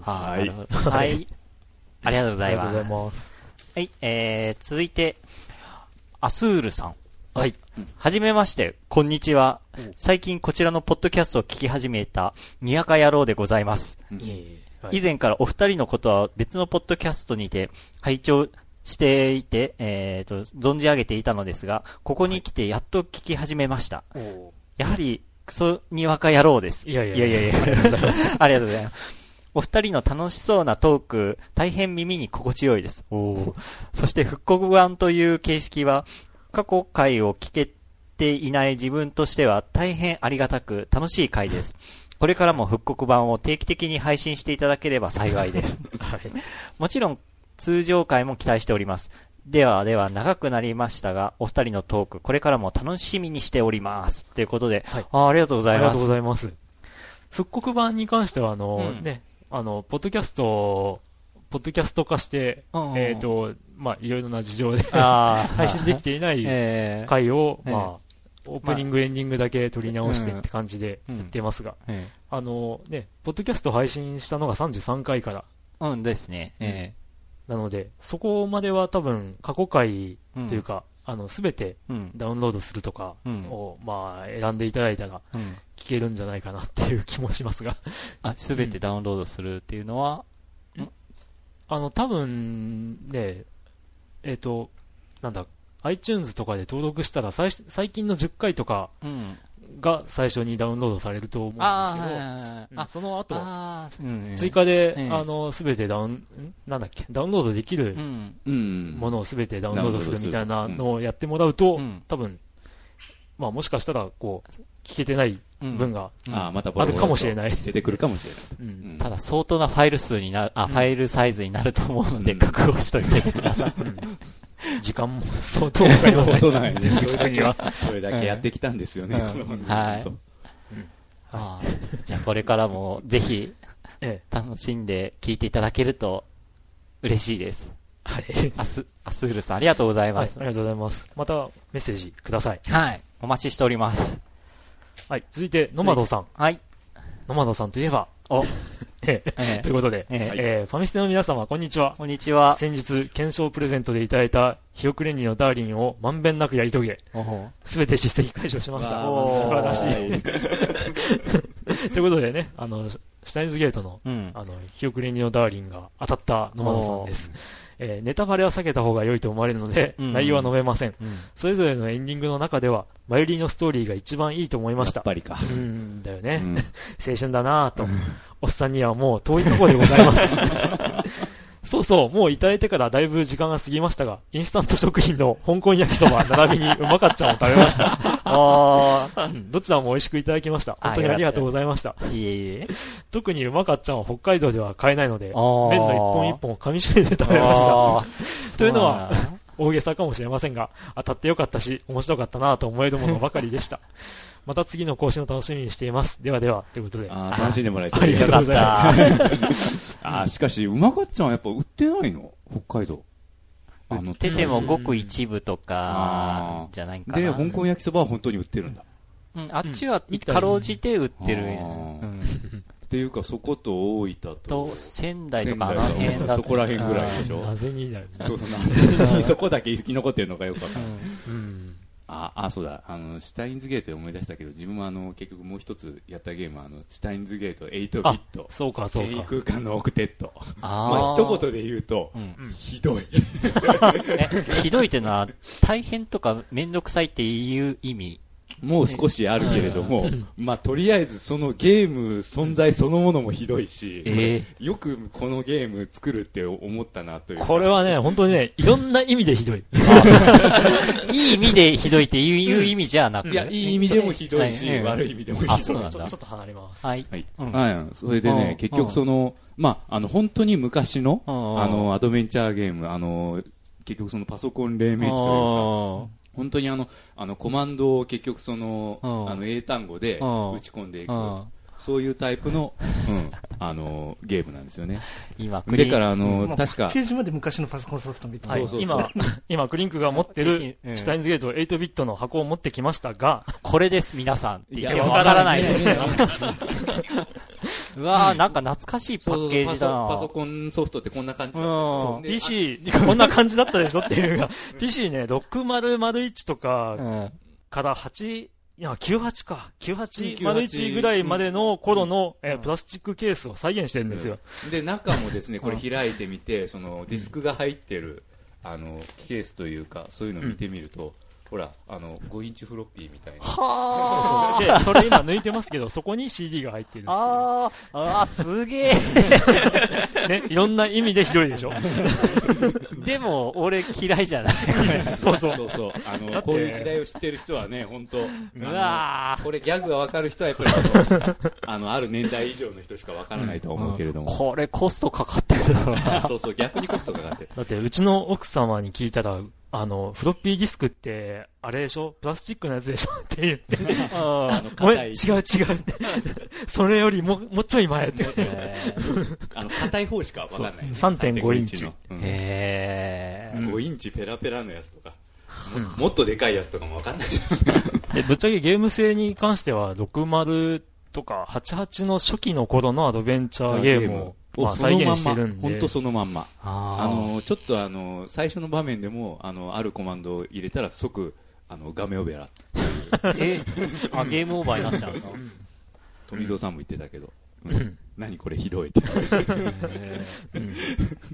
はい。はい。ありがとうございます。ありがとうございます。はい、えー、続いて、アスールさん。はい。はじめまして、こんにちは。最近こちらのポッドキャストを聞き始めた、にわか野郎でございます。以前からお二人のことは別のポッドキャストにて、拝聴していて、えーと、存じ上げていたのですが、ここに来てやっと聞き始めました。やはり、クソにわか野郎です。 いやいやいやいや、 ありがとうございます。ありがとうございます。お二人の楽しそうなトーク、大変耳に心地よいです。おそして復刻版という形式は、過去回を聞けていない自分としては大変ありがたく楽しい回です。これからも復刻版を定期的に配信していただければ幸いです。はい、もちろん通常回も期待しております。ではでは長くなりましたが、お二人のトーク、これからも楽しみにしております。ということで、はい、あ, ありがとうございます。 ありがとうございます。復刻版に関しては、あの、うん、ね、あの、ポッドキャスト、ポッドキャスト化して、うんうん、えっ、ー、と、まあ、いろいろな事情で配信できていない回を、えー、まあ、オープニング、まあ、エンディングだけ撮り直してって感じでやってますが、うんうん、あのね、ポッドキャスト配信したのがさんじゅうさんかいから。 うんですね。えー、なので、そこまでは多分過去回というか、うん、あの、すべてダウンロードするとかを、うん、まあ、選んでいただいたら、聞けるんじゃないかなっていう気もしますが。 あ、すべてダウンロードするっていうのは、 うん、あの、多分ね、えっ、ー、と、なんだ、iTunes とかで登録したら最、最近のじゅっかいとかが最初にダウンロードされると思うんですけど、 あ、 うん、その後、 うん、 追加で、うん、あの、すべてダウン、なんだっけ、ダウンロードできるものをすべてダウンロードするみたいなのをやってもらうと、うん、多分、まあもしかしたら、こう、聞けてない分があるかもしれない。 出てくるかもしれない。 うん、ただ相当なファイル数になる、あ、ファイルサイズになると思うので、覚悟しといてください。 時間も相当かかりますね。 相当長いね。それだけは、それだけやってきたんですよね、このはい。あじゃあこれからもぜひ、楽しんで聞いていただけると嬉しいです。 はい。 アス、アスフルさんありがとうございます。 ありがとうございます。またメッセージください。 はい。お待ちしております。 はい。続いて、ノマドさん。 はい。 ノマドさんといえば、おええ、ということで、えええー、ファミステの皆様、こんにちは。 こんにちは。 先日、検証プレゼントでいただいた、ヒヨクレニのダーリンをまんべんなくやり遂げ、すべて叱責解消しました。素晴らしい。ということでね、あの、シュタインズゲートの、うん、あの、ヒヨクレニのダーリンが当たったノマドさんです。えー、ネタバレは避けた方が良いと思われるので、うん、内容は述べません、うん。それぞれのエンディングの中では、マユリのストーリーが一番いいと思いました。 やっぱりか。 うん、だよね。うん、青春だなぁと。おっさんにはもう遠いところでございます。そうそう、もういただいてからだいぶ時間が過ぎましたが、インスタント食品の香港焼きそば並びにうまかっちゃんを食べました。あー、うん、どちらも美味しくいただきました。本当にありがとうございました。 いえいえ。 特にうまかっちゃんは北海道では買えないので、麺の一本一本を噛み締めて食べました。というのは、大げさかもしれませんが、当たってよかったし、面白かったなぁと思えるものばかりでした。また次の更新を楽しみにしています。ではでは、ということで。 あ楽しんでもらえてありがとうございます。 あしかし、うまかっちゃんはやっぱ売ってないの北海道。 あの売っててもごく一部とか、じゃないかな。 で、香港焼きそばは本当に売ってるんだ。 うん、あっちは、かろうじて売ってる。 っていうか、そこと大分と。 と、仙台とかあの辺だそこら辺ぐらいでしょ。 なぜになるそうそう、なぜにそこだけ生き残ってるのかよくわかんない。うんあ、あ、そうだ、あの、シュタインズゲートで思い出したけど、自分はあの、結局もう一つやったゲームは、あの、シュタインズゲートエイトビット。 そうか、そうか。 低空間のオクテット。あまあ、一言で言うと、うん、ひどい。 え、ひどいってのは、大変とかめんどくさいっていう意味もう少しあるけれども、うん、まあ、とりあえずそのゲーム存在そのものもひどいし、えー、よくこのゲーム作るって思ったなという。 これはね、本当にね、いろんな意味でひどい。 いい意味でひどいっていう意味じゃなくて。 いや、いい意味でもひどいし、はい、悪い意味でもひどい。 あ、そうなんだ。ちょっと離れます。 はい。 はい。うん、はい。それでね、結局その、まあ、あの、本当に昔の、あの、アドベンチャーゲーム、あの、結局そのパソコン黎明期というか、本当にあの、あの、コマンドを結局その、あの、英単語で打ち込んでいく、そういうタイプの、うん、あの、ゲームなんですよね。 今、 でからあの、確か。パッケージまで昔のパソコンソフトみたいな。 そうそうそう今、今、クリンクが持ってる、シュタインズゲートエイトビットの箱を持ってきましたが、 これです、皆さん。って言ってもわからないです。うわー、なんか懐かしいパッケージだな。 パソコンソフトってこんな感じだった。 ピーシー、こんな感じだったでしょっていうが、ピーシー ね、ろくまるまるいちとかからはち、いや、きゅうじゅうはちか。きゅうじゅうはちまるいちぐらいまでの頃の、うん、えー、プラスチックケースを再現してるんですよ。 で、中もですね、これ開いてみて、そのディスクが入ってる、あの、ケースというか、そういうのを見てみると、うんほら、あの、ごインチフロッピーみたいな。 はぁで、それ今抜いてますけど、そこに シーディー が入ってる。 あー、あー、すげえ。ね、いろんな意味でひどいでしょ。 でも、俺嫌いじゃない。 そうそう。そうそう。あの、こういう時代を知ってる人はね、本当うわー。これギャグがわかる人はやっぱり、あの、ある年代以上の人しかわからないと思うけれども。 うんうん、これコストかかってるだろうな。 そうそう、逆にコストかかってる。 だって、うちの奥様に聞いたら、あの、フロッピーディスクって、あれでしょプラスチックのやつでしょって言って。あの、硬い。違う違う。それよりも、もうちょい前って。 あの、硬い方しかわかんない、ね。 さんてんごインチの。 うん、へー。ごインチペラペラのやつとか。も, もっとでかいやつとかもわかんない。 で、ぶっちゃけゲーム性に関しては、ろくじゅうとかはちじゅうはちの初期の頃のアドベンチャーゲームを、まあ、再現してるんで。 本当そのまんま。あ, あの、ちょっとあの、最初の場面でも、あの、あるコマンドを入れたら即、あの、ガメオベラ。 えあ、ゲームオーバーになっちゃうんだ。 富蔵さんも言ってたけど、うん、何これひどいって。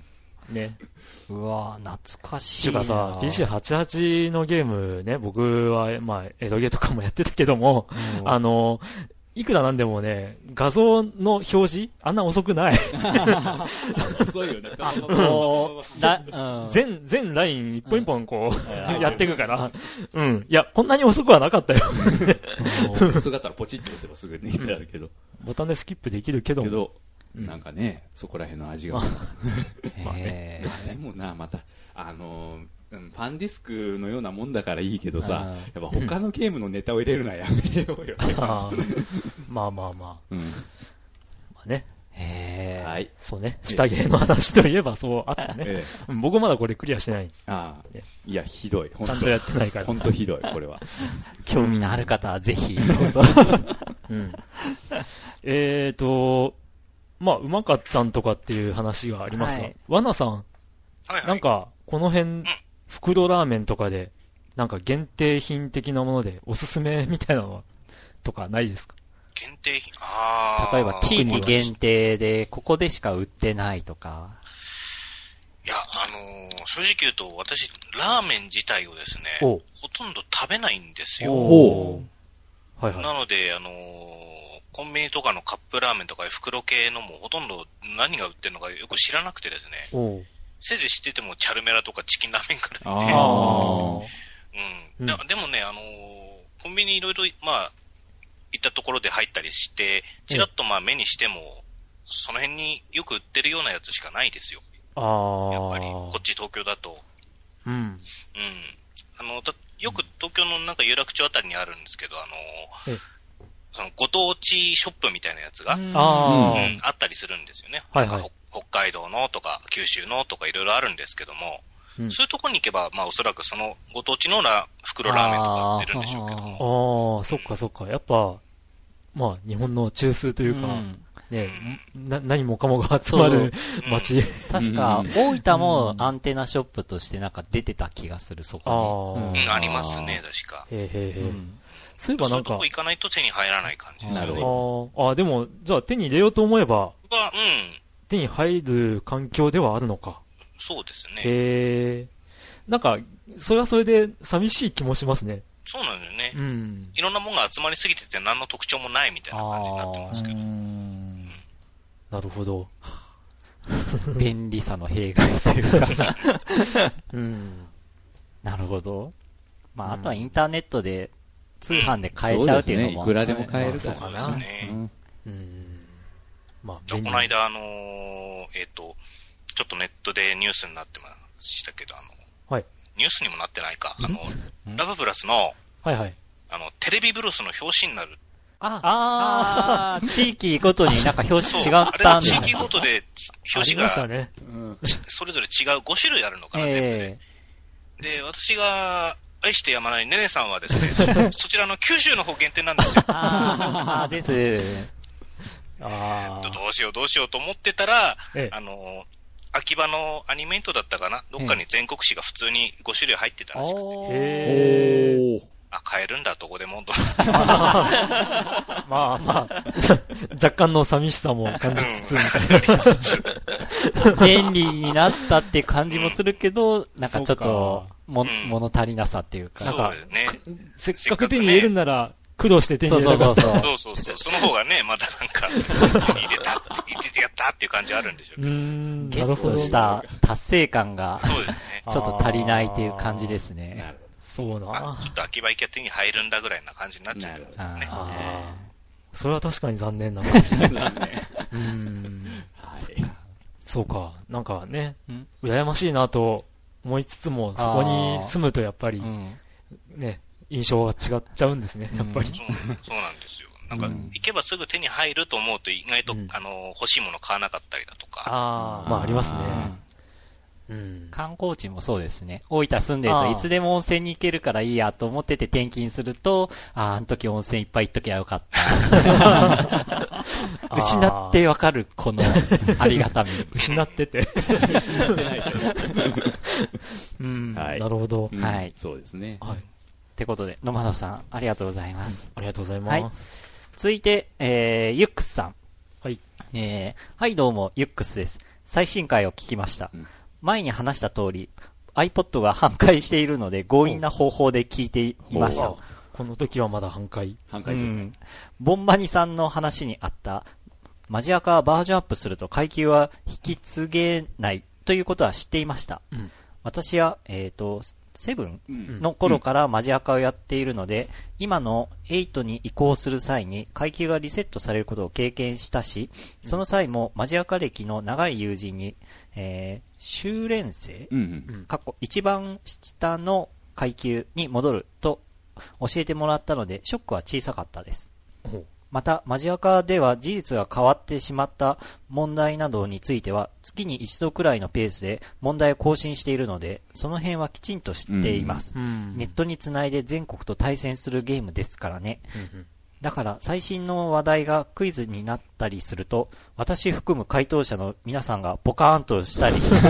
ね。 うわぁ、懐かしいな。 ていうかさ、ピーシーはちじゅうはち のゲームね、僕は、まあ、エドゲとかもやってたけども、うん、あの、いくらなんでもね、画像の表示あんな遅くない。 遅いよね。あのー、全、全ライン一本一本こう、うん、やっていくから、うん。いや、こんなに遅くはなかったよ。 遅かったらポチッと押せばすぐになるけど。 ボタンでスキップできるけども。 けど、なんかね、そこら辺の味が。まあね。でもな、また、あのー、ファンディスクのようなもんだからいいけどさ、やっぱ他のゲームのネタを入れるのはやめようよね。 まあまあまあ。うん、まあね。 へー。 はい。そうね。下ゲーの話といえばそうあったね。ええ、僕まだこれクリアしてない。 ああ。いや、ひどい。 ちゃんとやってないから。 ほんとひどい、これは。 興味のある方はぜひ、どうぞ。 うん。えーと、まあ、うまかっちゃんとかっていう話がありますが、はい、ワナさん、はいはい、なんか、この辺、うん、袋ラーメンとかで、なんか限定品的なもので、おすすめみたいなのは、とかないですか？ 限定品あ例えば、地域限定で、ここでしか売ってないとか。 いや、あのー、正直言うと、私、ラーメン自体をですね、ほとんど食べないんですよ。おはいはい、なので、あのー、コンビニとかのカップラーメンとか袋系のもほとんど何が売ってるのかよく知らなくてですね。せいぜい知っててもチャルメラとかチキンラーメンくらいで。あうん、うん、でもね、あのー、コンビニいろいろ、まあ、行ったところで入ったりして、ちらっとまあ目にしても、その辺によく売ってるようなやつしかないですよ。あやっぱり、こっち東京だと。うん。うん。あの、よく東京のなんか有楽町あたりにあるんですけど、あのー、そのご当地ショップみたいなやつが、うん、あったりするんですよね。はいはい、なんか北海道のとか九州のとかいろいろあるんですけども、うん、そういうところに行けば、まあおそらくそのご当地のラ袋ラーメンとか売ってるんでしょうけども。 ああ、そっかそっか。やっぱ、まあ日本の中枢というか、うんね、な、何もかもが集まる街。 確か、大分もアンテナショップとしてなんか出てた気がする、そこに。うん、ありますね、確か。へへへ。 そういえばなんか。そういうとこ行かないと手に入らない感じですね。 なるほど。ああ、でも、じゃあ手に入れようと思えば、 うん。 手に入る環境ではあるのか。 そうですね。 へえ。なんか、それはそれで寂しい気もしますね。 そうなんだよね。うん。いろんなものが集まりすぎてて何の特徴もないみたいな感じになってますけど。 なるほど。 便利さの弊害というか、うん。なるほど。まあ、あとはインターネットで通販で買えちゃうっていうのも、 ね、いくらでも買えるからな。そうですね。うん。うん、まあ、この間、あのー、えっと、ちょっとネットでニュースになってましたけど、あの、はい。ニュースにもなってないか、あの、ラブプラスの、はいはい。あの、テレビブロスの表紙になる。 ああ、地域ごとになんか表紙違ったんですね。地域ごとで表紙が、ね、それぞれ違うご種類あるのかな、えー、全部で。で、私が愛してやまないねねさんはですね、そちらの九州の方限定なんですよ。 ああ、です。 あどうしようどうしようと思ってたら、ええ、あの、秋葉のアニメイトだったかな、どっかに全国紙が普通にご種類入ってたらしくて。へー。あ、買えるんだ、どこでも。 まあまあ、若干の寂しさも感じつつ、みたいな。 便利になったっていう感じもするけど、なんかちょっと、も、物足りなさっていうか。 そうですね。 せっかく手に入れるなら、苦労して手に入れたかった。 そうそうそう。そうそうそう。その方がね、まだなんか、手に入れたって、入れてやったっていう感じあるんでしょうけど。うーん。ゲストした達成感が、そうですね。ちょっと足りないっていう感じですね。なるそうな。 ちょっと秋葉行きゃ手に入るんだぐらいな感じになっちゃうんですよね。あそれは確かに残念な感じ。残念。うん。はい。そうか。なんかね、羨ましいなと思いつつも、そこに住むとやっぱり、ね、印象が違っちゃうんですね、やっぱり。 そうなんですよ。なんか、行けばすぐ手に入ると思うと意外と、あの、欲しいもの買わなかったりだとか。 ああ、まあありますね。 うん、観光地もそうですね。大分住んでるといつでも温泉に行けるからいいやと思ってて転勤すると、ああ、あの時温泉いっぱい行っときゃよかった。失ってわかる、このありがたみ。 失ってて。失ってないけど。うん、はい、なるほど、 うん。はい。 そうですね。 はい。ってことで、野間野さん、ありがとうございます。 うん、ありがとうございます。はい。 続いて、えー、ユックスさん。 はい。 えー、はいどうも、ユックスです。最新回を聞きました。うん前に話した通り、iPod が半壊しているので、強引な方法で聞いていました。 この時はまだ半壊。 半壊、うん、 ボンバニさんの話にあった、マジアカはバージョンアップすると階級は引き継げないということは知っていました。うん、私は、えっと、セブンの頃からマジアカをやっているので、うん、今のエイトに移行する際に階級がリセットされることを経験したし、その際もマジアカ歴の長い友人に、えー、修練生、うんうん、過去一番下の階級に戻ると教えてもらったので、ショックは小さかったです。また、マジアカでは事実が変わってしまった問題などについては、月に一度くらいのペースで問題を更新しているので、その辺はきちんと知っています。うん、ネットにつないで全国と対戦するゲームですからね。うんうん、だから、最新の話題がクイズになったりすると、私含む回答者の皆さんがポカーンとしたりします。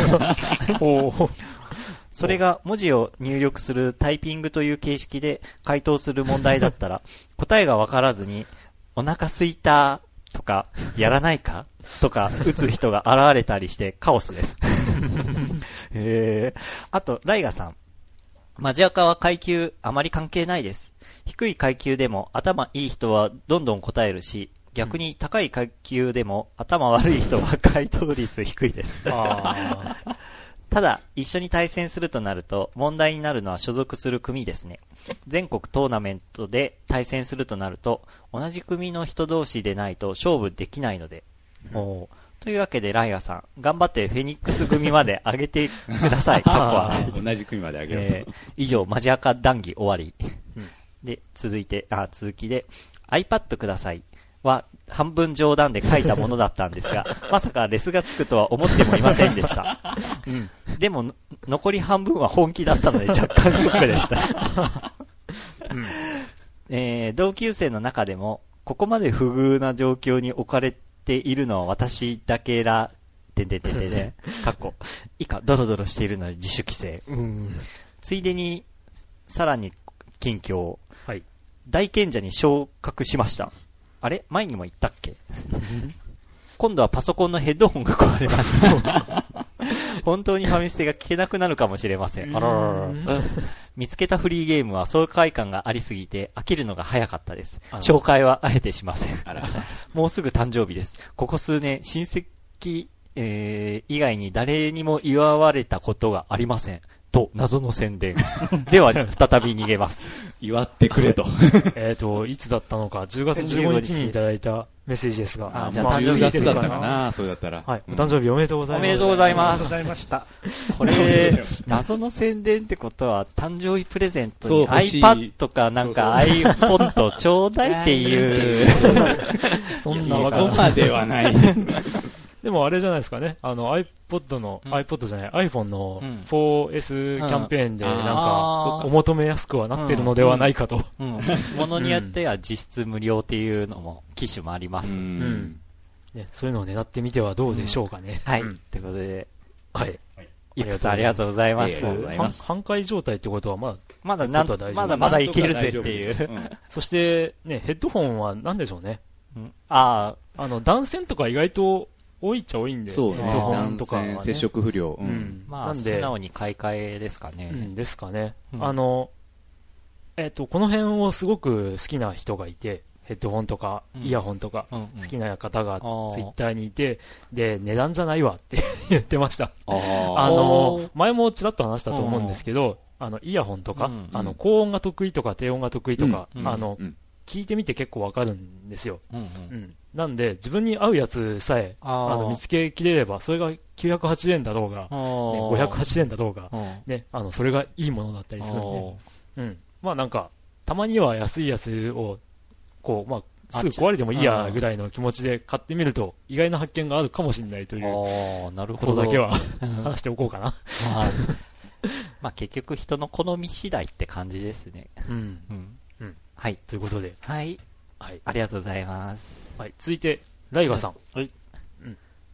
それが文字を入力するタイピングという形式で回答する問題だったら、答えがわからずに、お腹すいたとか、やらないかとか、打つ人が現れたりしてカオスです。えー、あと、ライガさん。マジアカは階級あまり関係ないです。低い階級でも頭いい人はどんどん答えるし、逆に高い階級でも頭悪い人は回答率低いです。あただ、一緒に対戦するとなると、問題になるのは所属する組ですね。全国トーナメントで対戦するとなると、同じ組の人同士でないと勝負できないので。うん、おというわけで、ライガさん、頑張ってフェニックス組まで上げてください。過去は同じ組まで上げようと。えー、 以上、マジアカ談義終わり。うん、で、続いて、あ、続きで、iPad ください。は半分冗談で書いたものだったんですが、まさかレスがつくとは思ってもいませんでした。うん、でも残り半分は本気だったので若干ショックでした。うんえー、同級生の中でもここまで不遇な状況に置かれているのは私だけら、てんてんてんてんで、かっこ以下ドロドロしているので自主規制。うん、ついでにさらに近況、はい、大賢者に昇格しました。あれ前にも言ったっけ今度はパソコンのヘッドホンが壊れました本当にファミステが聞けなくなるかもしれません。あらららら、うん、見つけたフリーゲームは爽快感がありすぎて飽きるのが早かったです。紹介はあえてしません。あらもうすぐ誕生日です。ここ数年親戚、えー、以外に誰にも祝われたことがありません。と謎の宣伝では再び逃げます。 祝ってくれとえっといつだったのかじゅうがつじゅうごにちにいただいたメッセージですが、 あじゃあ誕生日だったかな。そうだったら、 はい、お誕生日おめでとうございます。 おめでとうございます。 おめでとうございました。 これ謎の宣伝ってことは誕生日プレゼントに iPad かなんか iPod ちょうだいっていうそんなわかんまではないでもあれじゃないですかね、あの iPod の、うん、iPod じゃない iPhone の フォーエス キャンペーンでなんかお求めやすくはなってるのではないかと、 うんうん、ものによっては実質無料っていうのも機種もあります、うんうんね、そういうのを狙ってみてはどうでしょうかね、 うん、はい、うん、ということで、はい、いくつありがとうございます。 半壊状態ってことはまだまだなんまだまだいけるぜっていう、 うん、そしてねヘッドホンは何でしょうね、 うん、あああの断線とか意外と多いっちゃ多いんで、 そうね、断線、接触不良、 うん、まあなんで素直に買い替えですかね、 うん、ですかね、うん、あのえっとこの辺をすごく好きな人がいて、ヘッドホンとかイヤホンとか好きな方がツイッターにいて、で値段じゃないわって言ってました。あの前もちらっと話したと思うんですけど、あのイヤホンとか、あの高音が得意とか低音が得意とか、あの聞いてみて結構わかるんですよ。うんうんうん、なんで自分に合うやつさえあの見つけきれれば、それがきゅうひゃくはちえんだろうが、ね、ごひゃくはちえんだろうが、ね、あのそれがいいものだったりするんで、うん、まあなんかたまには安いやつをこう、まあ、すぐ壊れてもいいやぐらいの気持ちで買ってみると意外な発見があるかもしれないということだけは話しておこうかな。 まあ結局人の好み次第って感じですね。うんうんうんはい、ということで、 はい、はい、ありがとうございます。 はい、続いてライガさん、はい、うん、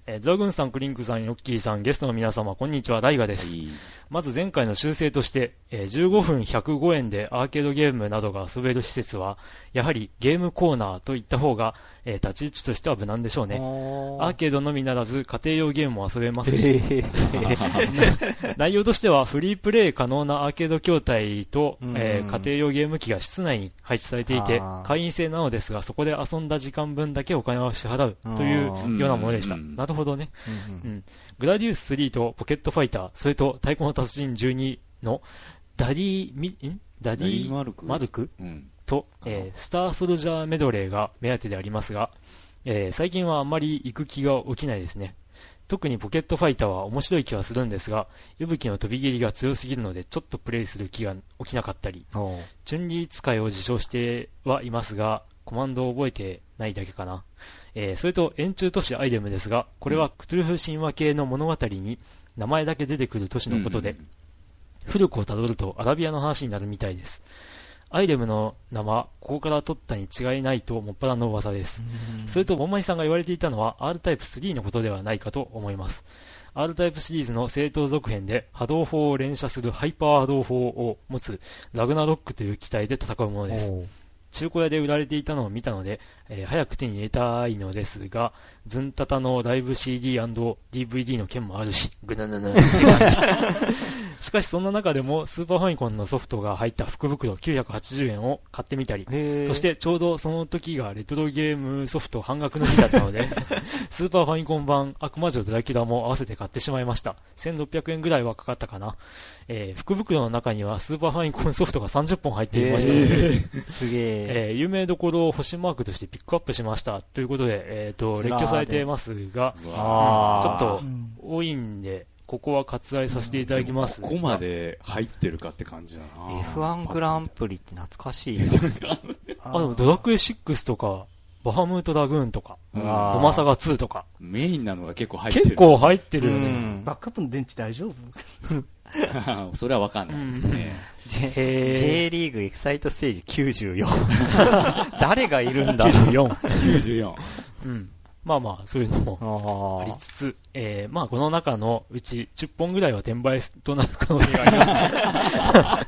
えー、ドラグーンさん、クリンクさん、ヨッキーさん、ゲストの皆様、こんにちは、ダイガです。まず前回の修正として、えー、じゅうごふんひゃくごえんでアーケードゲームなどが遊べる施設は、やはりゲームコーナーといった方が、えー、立ち位置としては無難でしょうね。アーケードのみならず、家庭用ゲームも遊べますし、内容としては、フリープレイ可能なアーケード筐体と、えー、家庭用ゲーム機が室内に配置されていて、会員制なのですが、そこで遊んだ時間分だけお金を支払うというようなものでした。なるほどね。うんうん、グラディウススリーとポケットファイター、それと太鼓の達人じゅうにのダディミ、んダディマルク、マルク、うん、と、えー、スターソルジャーメドレーが目当てでありますが、えー、最近はあんまり行く気が起きないですね。特にポケットファイターは面白い気はするんですが、息吹の飛び蹴りが強すぎるのでちょっとプレイする気が起きなかったり、チュンリー使いを自称してはいますが、コマンドを覚えてないだけかな。えー、それと円柱都市アイレムですが、これはクトゥルフ神話系の物語に名前だけ出てくる都市のことで、うんうん、古くをたどるとアラビアの話になるみたいです。アイレムの名はここから取ったに違いないともっぱらの噂です。それとボンマニさんが言われていたのは R タイプスリーのことではないかと思います。R タイプシリーズの正当続編で波動砲を連射するハイパー波動砲を持つラグナロックという機体で戦うものです。中古屋で売られていたのを見たので、えー、早く手に入れたいのですが、ズンタタのライブ シーディー&ディーブイディー の件もあるし、ぐぬぬぬ。しかしそんな中でもスーパーファミコンのソフトが入った福袋きゅうひゃくはちじゅうえんを買ってみたり、そしてちょうどその時がレトロゲームソフト半額の日だったので、スーパーファミコン版悪魔女ドラキュラも合わせて買ってしまいました。せんろっぴゃくえんぐらいはかかったかな。えー、福袋の中にはスーパーファミコンソフトがさんじゅっぽん入っていましたので、 すげえ。 えー、有名どころを星マークとしてピックアップしましたということで、えっと、列挙されていますが、ちょっと多いんで、ここは割愛させていただきます。 ここまで入ってるかって感じだな。 エフワン グランプリって懐かしいあ、でもドラクエシックスとか、バハムートラグーンとか、ドマサガツーとか。 メインなのが結構入ってる。 結構入ってるよね。 バックアップの電池大丈夫それはわかんないですね。 J, J リーグエキサイトステージきゅうじゅうよん。誰がいるんだきゅうじゅうよん。 きゅうじゅうよん。 うん。まあまあ、そういうのもありつつ、えー、まあこの中のうちじゅっぽんぐらいは転売となる可能性があります。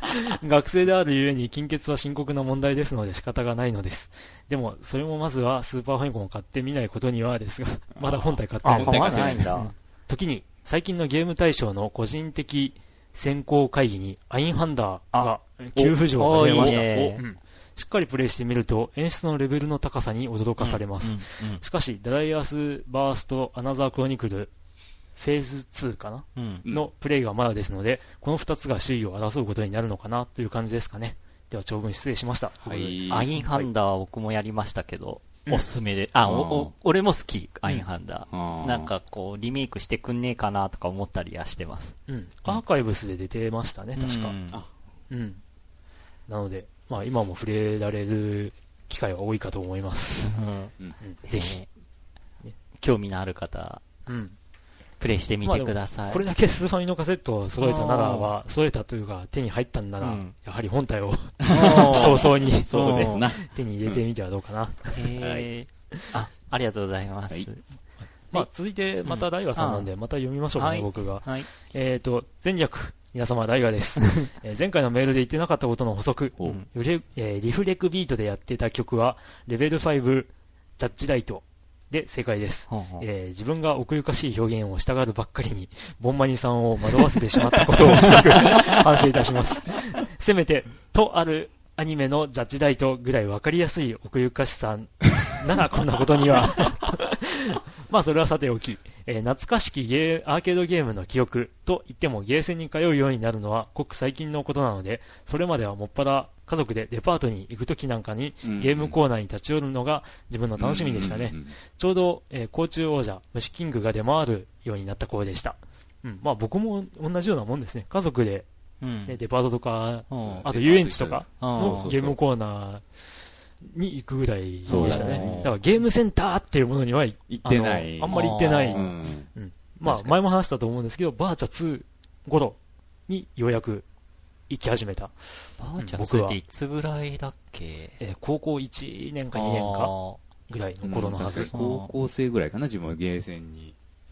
学生であるゆえに金欠は深刻な問題ですので仕方がないのです。でも、それもまずはスーパーファミコンを買ってみないことにはですが、まだ本体買ってない。 あ、本体買ってないんだ。 時に、最近のゲーム大賞の個人的選考会議にアインハンダーが急浮上を始めました。うん、しっかりプレイしてみると演出のレベルの高さに驚かされます。うんうんうん、しかし、ダライアスバーストアナザークロニクルフェーズツーかな、うん、のプレイがまだですので、このふたつが首位を争うことになるのかなという感じですかね。では長文失礼しました。 はい、アインハンダーは僕もやりましたけど、おすすめで、あ、おお俺も好き、アインハンダー、うん。なんかこう、リメイクしてくんねえかなとか思ったりはしてます。 うん。アーカイブスで出てましたね、確か。うん。うん、なので、まあ今も触れられる機会は多いかと思います。うんうん、ぜひ、ね、興味のある方、うん、プレイしてみてください。 まあ、これだけスーファミのカセットを揃えたならば、揃えたというか手に入ったんなら、うん、やはり本体を早々にそうですな手に入れてみてはどうかな。 へー、あ、ありがとうございます。はい、 まあ、続いてまた大河さんなんで、また読みましょうかね、はい、僕が。はい、えっ、ー、と、前略。皆様、大河です、えー。前回のメールで言ってなかったことの補足。リ, えー、リフレクビートでやってた曲は、レベルごジャッジライトで正解です。ほうほう、えー。自分が奥ゆかしい表現をしたがるばっかりに、ボンマニさんを惑わせてしまったことを深く反省いたします。せめて、とあるアニメのジャッジライトぐらいわかりやすい奥ゆかしさならこんなことには。まあそれはさておき、えー、懐かしきゲーアーケードゲームの記憶と言ってもゲーセンに通うようになるのはごく最近のことなので、それまではもっぱら家族でデパートに行くときなんかにゲームコーナーに立ち寄るのが自分の楽しみでしたね。ちょうど、えー、甲虫王者虫キングが出回るようになった頃でした。うん、まあ僕も同じようなもんですね。家族で、ね、うん、デパートとか、うん、あと遊園地とかのゲームコーナーに行くぐらいでしたね。だからゲームセンターっていうものには行ってない。あんまり行ってない。うんうん、まあ前も話したと思うんですけど、バーチャツー頃にようやく行き始めた。 バーチャツーっていつぐらいだっけ？ えー、高校いちねんかにねんかぐらいの頃のはず。 うん、高校生ぐらいかな、自分はゲーセンに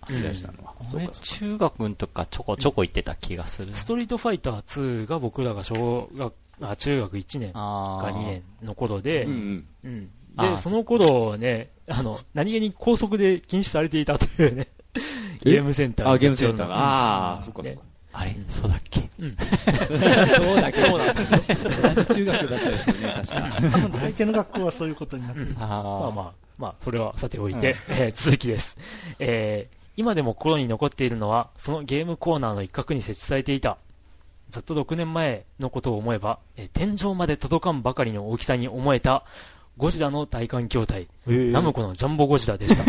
言い出したのは。 うん、俺中学の時からちょこちょこ行ってた気がする。 ストリートファイターツーが僕らが小学、あ、中学いちねんかにねんの頃で、うんうん、で、その頃ね、あの、何気に高速で禁止されていたというね、ゲームセンター。 あ、ゲームセンターが。ああ、そっかそっか。 あれ、そうだっけうん。 そうだっけそうなんですよ。 同じ中学だったですよね、確か。 多分相手の学校はそういうことになってる。 まあまあ、まあ、それはさておいて、えー、続きです。えー、今でも心に残っているのは、そのゲームコーナーの一角に設置されていた。ざっとろくねんまえのことを思えば、えー、天井まで届かんばかりの大きさに思えた、ゴジラの体感筐体、ナムコのジャンボゴジラでした。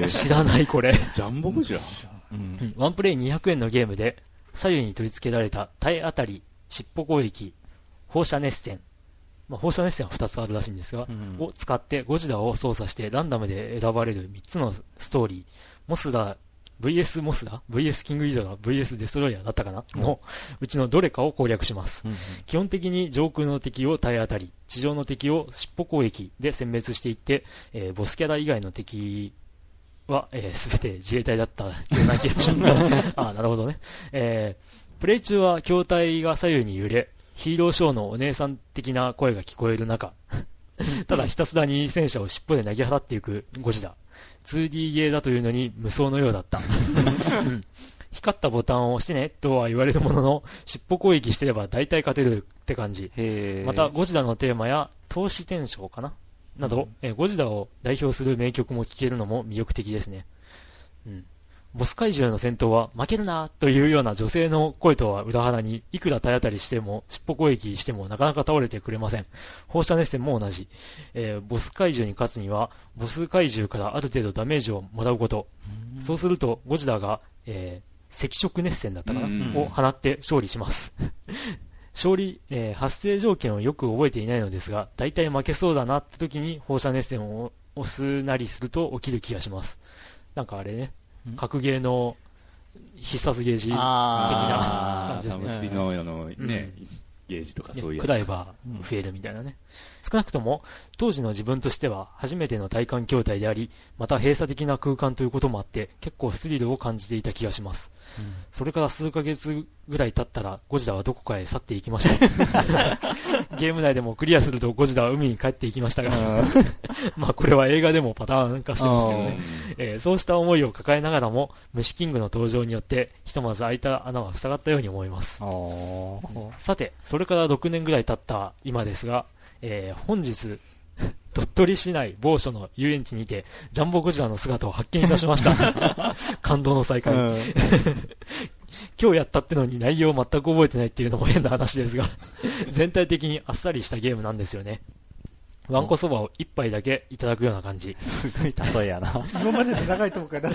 知らないこれ。 ジャンボゴジラ、 うん、ワンプレイにひゃくえんのゲームで、左右に取り付けられた体当たり、尻尾攻撃、放射熱線、まあ、放射熱線はふたつあるらしいんですが、うん、を使ってゴジラを操作してランダムで選ばれるみっつのストーリー、モスラ ブイエス モスラ ブイエス キングギドラ ブイエス デストロイヤーだったかな、うん、のうちのどれかを攻略します、うんうん、基本的に上空の敵を体当たり、地上の敵を尻尾攻撃で殲滅していって、えー、ボスキャラ以外の敵は、えー、全て自衛隊だったような気がしますあ、なるほどね、えー、プレイ中は筐体が左右に揺れ、ヒーローショーのお姉さん的な声が聞こえる中ただひたすらに戦車を尻尾で投げ払っていくゴジラ。 ツーディー ゲーだというのに無双のようだった、うん、光ったボタンを押してねとは言われるものの、尻尾攻撃してれば大体勝てるって感じ。またゴジラのテーマや投資天章かななど、うん、えゴジラを代表する名曲も聴けるのも魅力的ですね、うん、ボス怪獣の戦闘は負けるなというような女性の声とは裏腹に、いくら体当たりしても尻尾攻撃してもなかなか倒れてくれません。放射熱線も同じ、えー、ボス怪獣に勝つにはボス怪獣からある程度ダメージをもらうこと、そうするとゴジラが、えー、赤色熱線だったかなを放って勝利します勝利、えー、発生条件をよく覚えていないのですが、大体負けそうだなって時に放射熱線を押すなりすると起きる気がします。なんかあれね、格ゲーの必殺ゲージ的な感じですね。 サムスピのあのね、うん、ゲージとかそういうやつ。 クライバー増えるみたいなね。少なくとも当時の自分としては初めての体感筐体であり、また閉鎖的な空間ということもあって結構スリルを感じていた気がします。うん、それから数ヶ月ぐらい経ったらゴジラはどこかへ去っていきましたゲーム内でもクリアするとゴジラは海に帰っていきましたがまあこれは映画でもパターン化してますけどね、えー、そうした思いを抱えながらも虫キングの登場によってひとまず開いた穴は塞がったように思います。さてそれからろくねんぐらい経った今ですが、えー、本日鳥取市内某所の遊園地にてジャンボゴジラの姿を発見いたしました感動の再会今日やったってのに内容を全く覚えてないっていうのも変な話ですが全体的にあっさりしたゲームなんですよね。わんこそばを一杯だけいただくような感じ。 すごい例えやな今までで長いとこから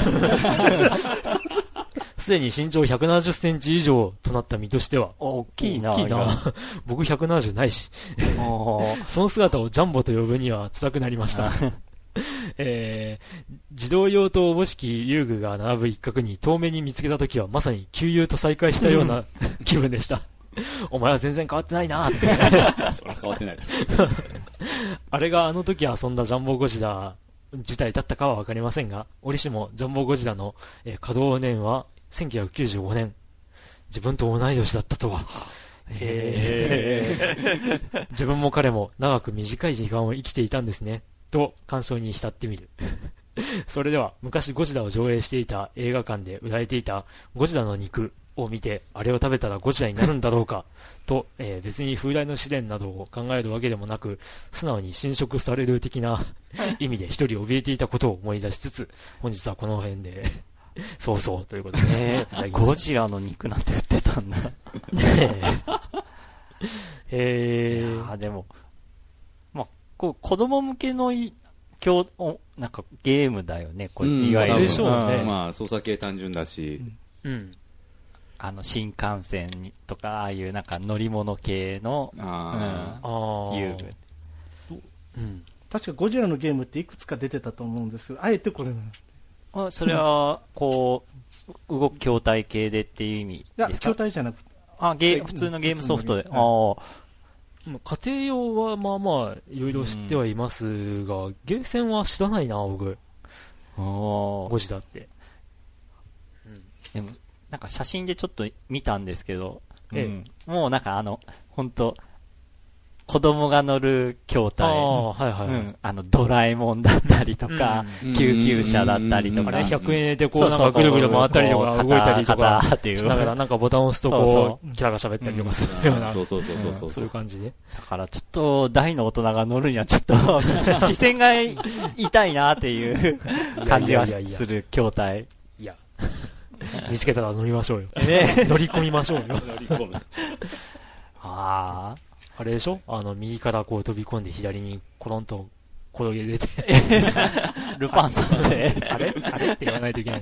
すでに身長ひゃくななじゅっセンチ以上となった身としては大きいな。 大きいな僕ひゃくななじゅうないしその姿をジャンボと呼ぶには辛くなりましたえー、児童用とおぼしき遊具が並ぶ一角に遠目に見つけたときはまさに旧友と再会したような気分でしたお前は全然変わってないなってそりゃ変わってないあれがあの時遊んだジャンボゴジラ自体だったかはわかりませんが、折しもジャンボゴジラの、えー、稼働年はせんきゅうひゃくきゅうじゅうごねん、自分と同い年だったとはへー自分も彼も長く短い時間を生きていたんですねと感想に浸ってみるそれでは昔ゴジラを上映していた映画館で売られていたゴジラの肉を見て、あれを食べたらゴジラになるんだろうかと、えー、別に風来の試練などを考えるわけでもなく、素直に侵食される的な意味で一人怯えていたことを思い出しつつ、本日はこの辺でそうそうということで、ね、 ゴジラの肉なんて売ってたんだねえー、 いやでもまあこう子供向けのい今日おなんかゲームだよねこれ、うん、いわゆるでしょうね、 うん、まあ操作系単純だし、 うん、うんあの新幹線とかああいうなんか乗り物系のあ、 うん、遊具、うん、 確かゴジラのゲームっていくつか出てたと思うんですけど、あえてこれなのあそれはこう動く筐体系でっていう意味ですか？いや筐体じゃなくてあゲ普通のゲームソフトで、うん、あ家庭用はまあまあいろいろ知ってはいますが、うん、ゲーセンは知らないな僕ゴジラってでも、なんか写真でちょっと見たんですけど、ええ、うん、もうなんかあの、本当子供が乗る筐体、あ、はいはいはい、うん、あのドラえもんだったりとか、うん、救急車だったりとか、 あれひゃくえんでこうなんかぐるぐる回ったりとか動いたりとかしながらなんかボタンを押すとこうキャラが喋ったりとかするような、そうそうそうそうそう、そういう感じで。 だからちょっと大の大人が乗るにはちょっと視線が痛いなっていう感じはする筐体。 いや、見つけたら乗りましょうよ。ね、乗り込みましょうよ。乗り込む。ああ。あれでしょ、あの、右からこう飛び込んで左にコロンと転げ出て。 ルパン三世。 あれあれって言わないといけない。い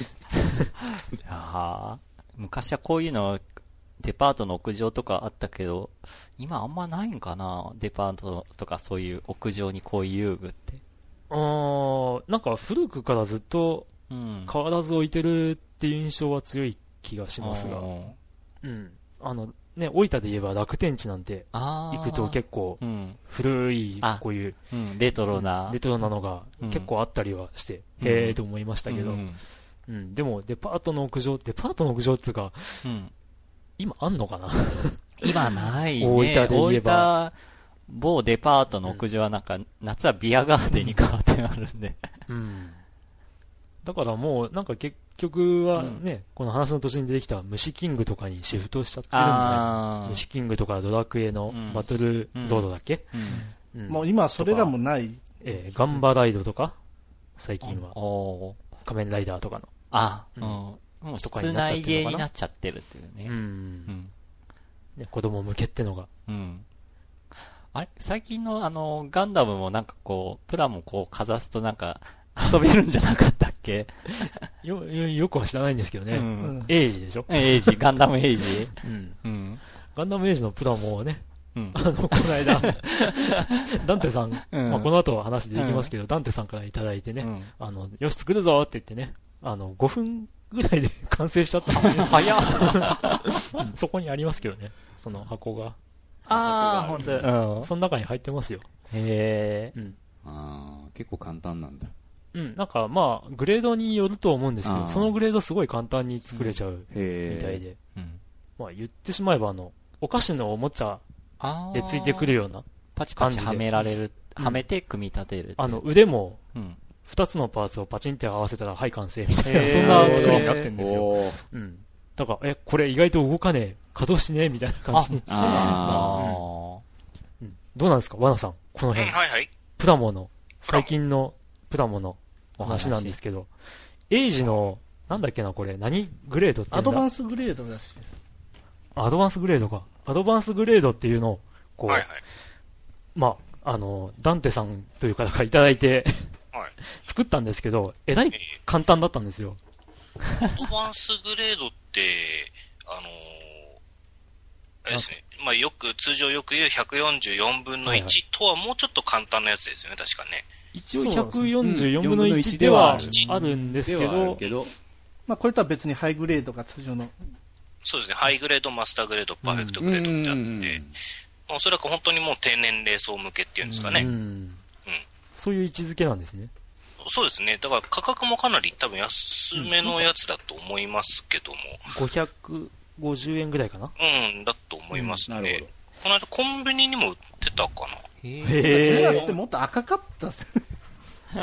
や昔はこういうの、デパートの屋上とかあったけど、今あんまないんかな、デパートとかそういう屋上にこういう遊具って。 あー、なんか古くからずっと変わらず置いてるっていう印象は強い気がしますが。うん。あの、ね、大分で言えば楽天地なんて行くと結構古いこういう、 うん、レトロなレトロなのが結構あったりはして、うん、へえと思いましたけど、うんうん、でもデパートの屋上デパートの屋上っていうか、うん、今あんのかな今ないね。 大分で言えば某デパートの屋上はなんか、うん、夏はビアガーデンに変わってあるんで、うん、 だからもうなんか結局はね、うん、この話の途中に出てきた虫キングとかにシフトしちゃってるんじゃない？虫キングとかドラクエのバトルロードだっけ、 うんうんうん、もう今それらもない、 えー、ガンバライドとか最近は仮面ライダーとかのあ、うん、もう室内ゲーになっちゃってるっていうね、うんうんね、子供向けってのが、うん、 あれ最近のあのガンダムもなんかこうプラもこうかざすとなんか遊べるんじゃなかったっけよ、よ、よくは知らないんですけどね。うん、エイジでしょエイジ、ガンダムエイジ、うんうん、ガンダムエイジのプラモをね、うん、あの、この間、ダンテさん、うん、まあ、この後話できますけど、うん、ダンテさんからいただいてね、うん、あの、よし作るぞって言ってね、あの、ごふんぐらいで完成しちゃったんですね。 早っそこにありますけどね、その箱が。 ああ、ほんとうん。その中に入ってますよ。 へえ。うん。 ああ、結構簡単なんだ。 うん、なんかまあ、グレードによると思うんですけど、そのグレードすごい簡単に作れちゃうみたいで。うん、まあ言ってしまえばあの、お菓子のおもちゃでついてくるようなパチパチはめられる、はめて組み立てる。 あの、腕も、二つのパーツをパチンって合わせたら、はい、完成みたいな、そんな作りになってるんですよ。うん。だから、え、これ意外と動かねえ、稼働しねえ、みたいな感じにして。あうん。どうなんですか、ワナさん、この辺。 はいはい。 プラモの、最近のプラモのお話なんですけど、エイジの、なんだっけな、これ、何グレードって言うんだ？ アドバンスグレードだし。 アドバンスグレードか。アドバンスグレードっていうのを、こう、はいはい、まあ、あの、ダンテさんという方からいただいて、はい、作ったんですけど、えらい簡単だったんですよ。 アドバンスグレードって、あのー、あれですね、まあよく、通常よく言うひゃくよんじゅうよんぶんのいちとはもうちょっと簡単なやつですよね、確かね。 一応ひゃくよんじゅうよんぶんのいちではあるんですけど、 まあこれとは別にハイグレードが通常の。 そうですね、ハイグレード、マスターグレード、パーフェクトグレードってあって、まあ、おそらく本当にもう低年齢層向けっていうんですかね。うんうん、 そういう位置づけなんですね。 そうですね。だから価格もかなり多分安めのやつだと思いますけども。 ごひゃくごじゅうえんぐらいかな？ うん、だと思いますね。うん、なるほど。この間コンビニにも売ってたかな。 へぇー。ジェノアスってもっと赤かったっす。 うん。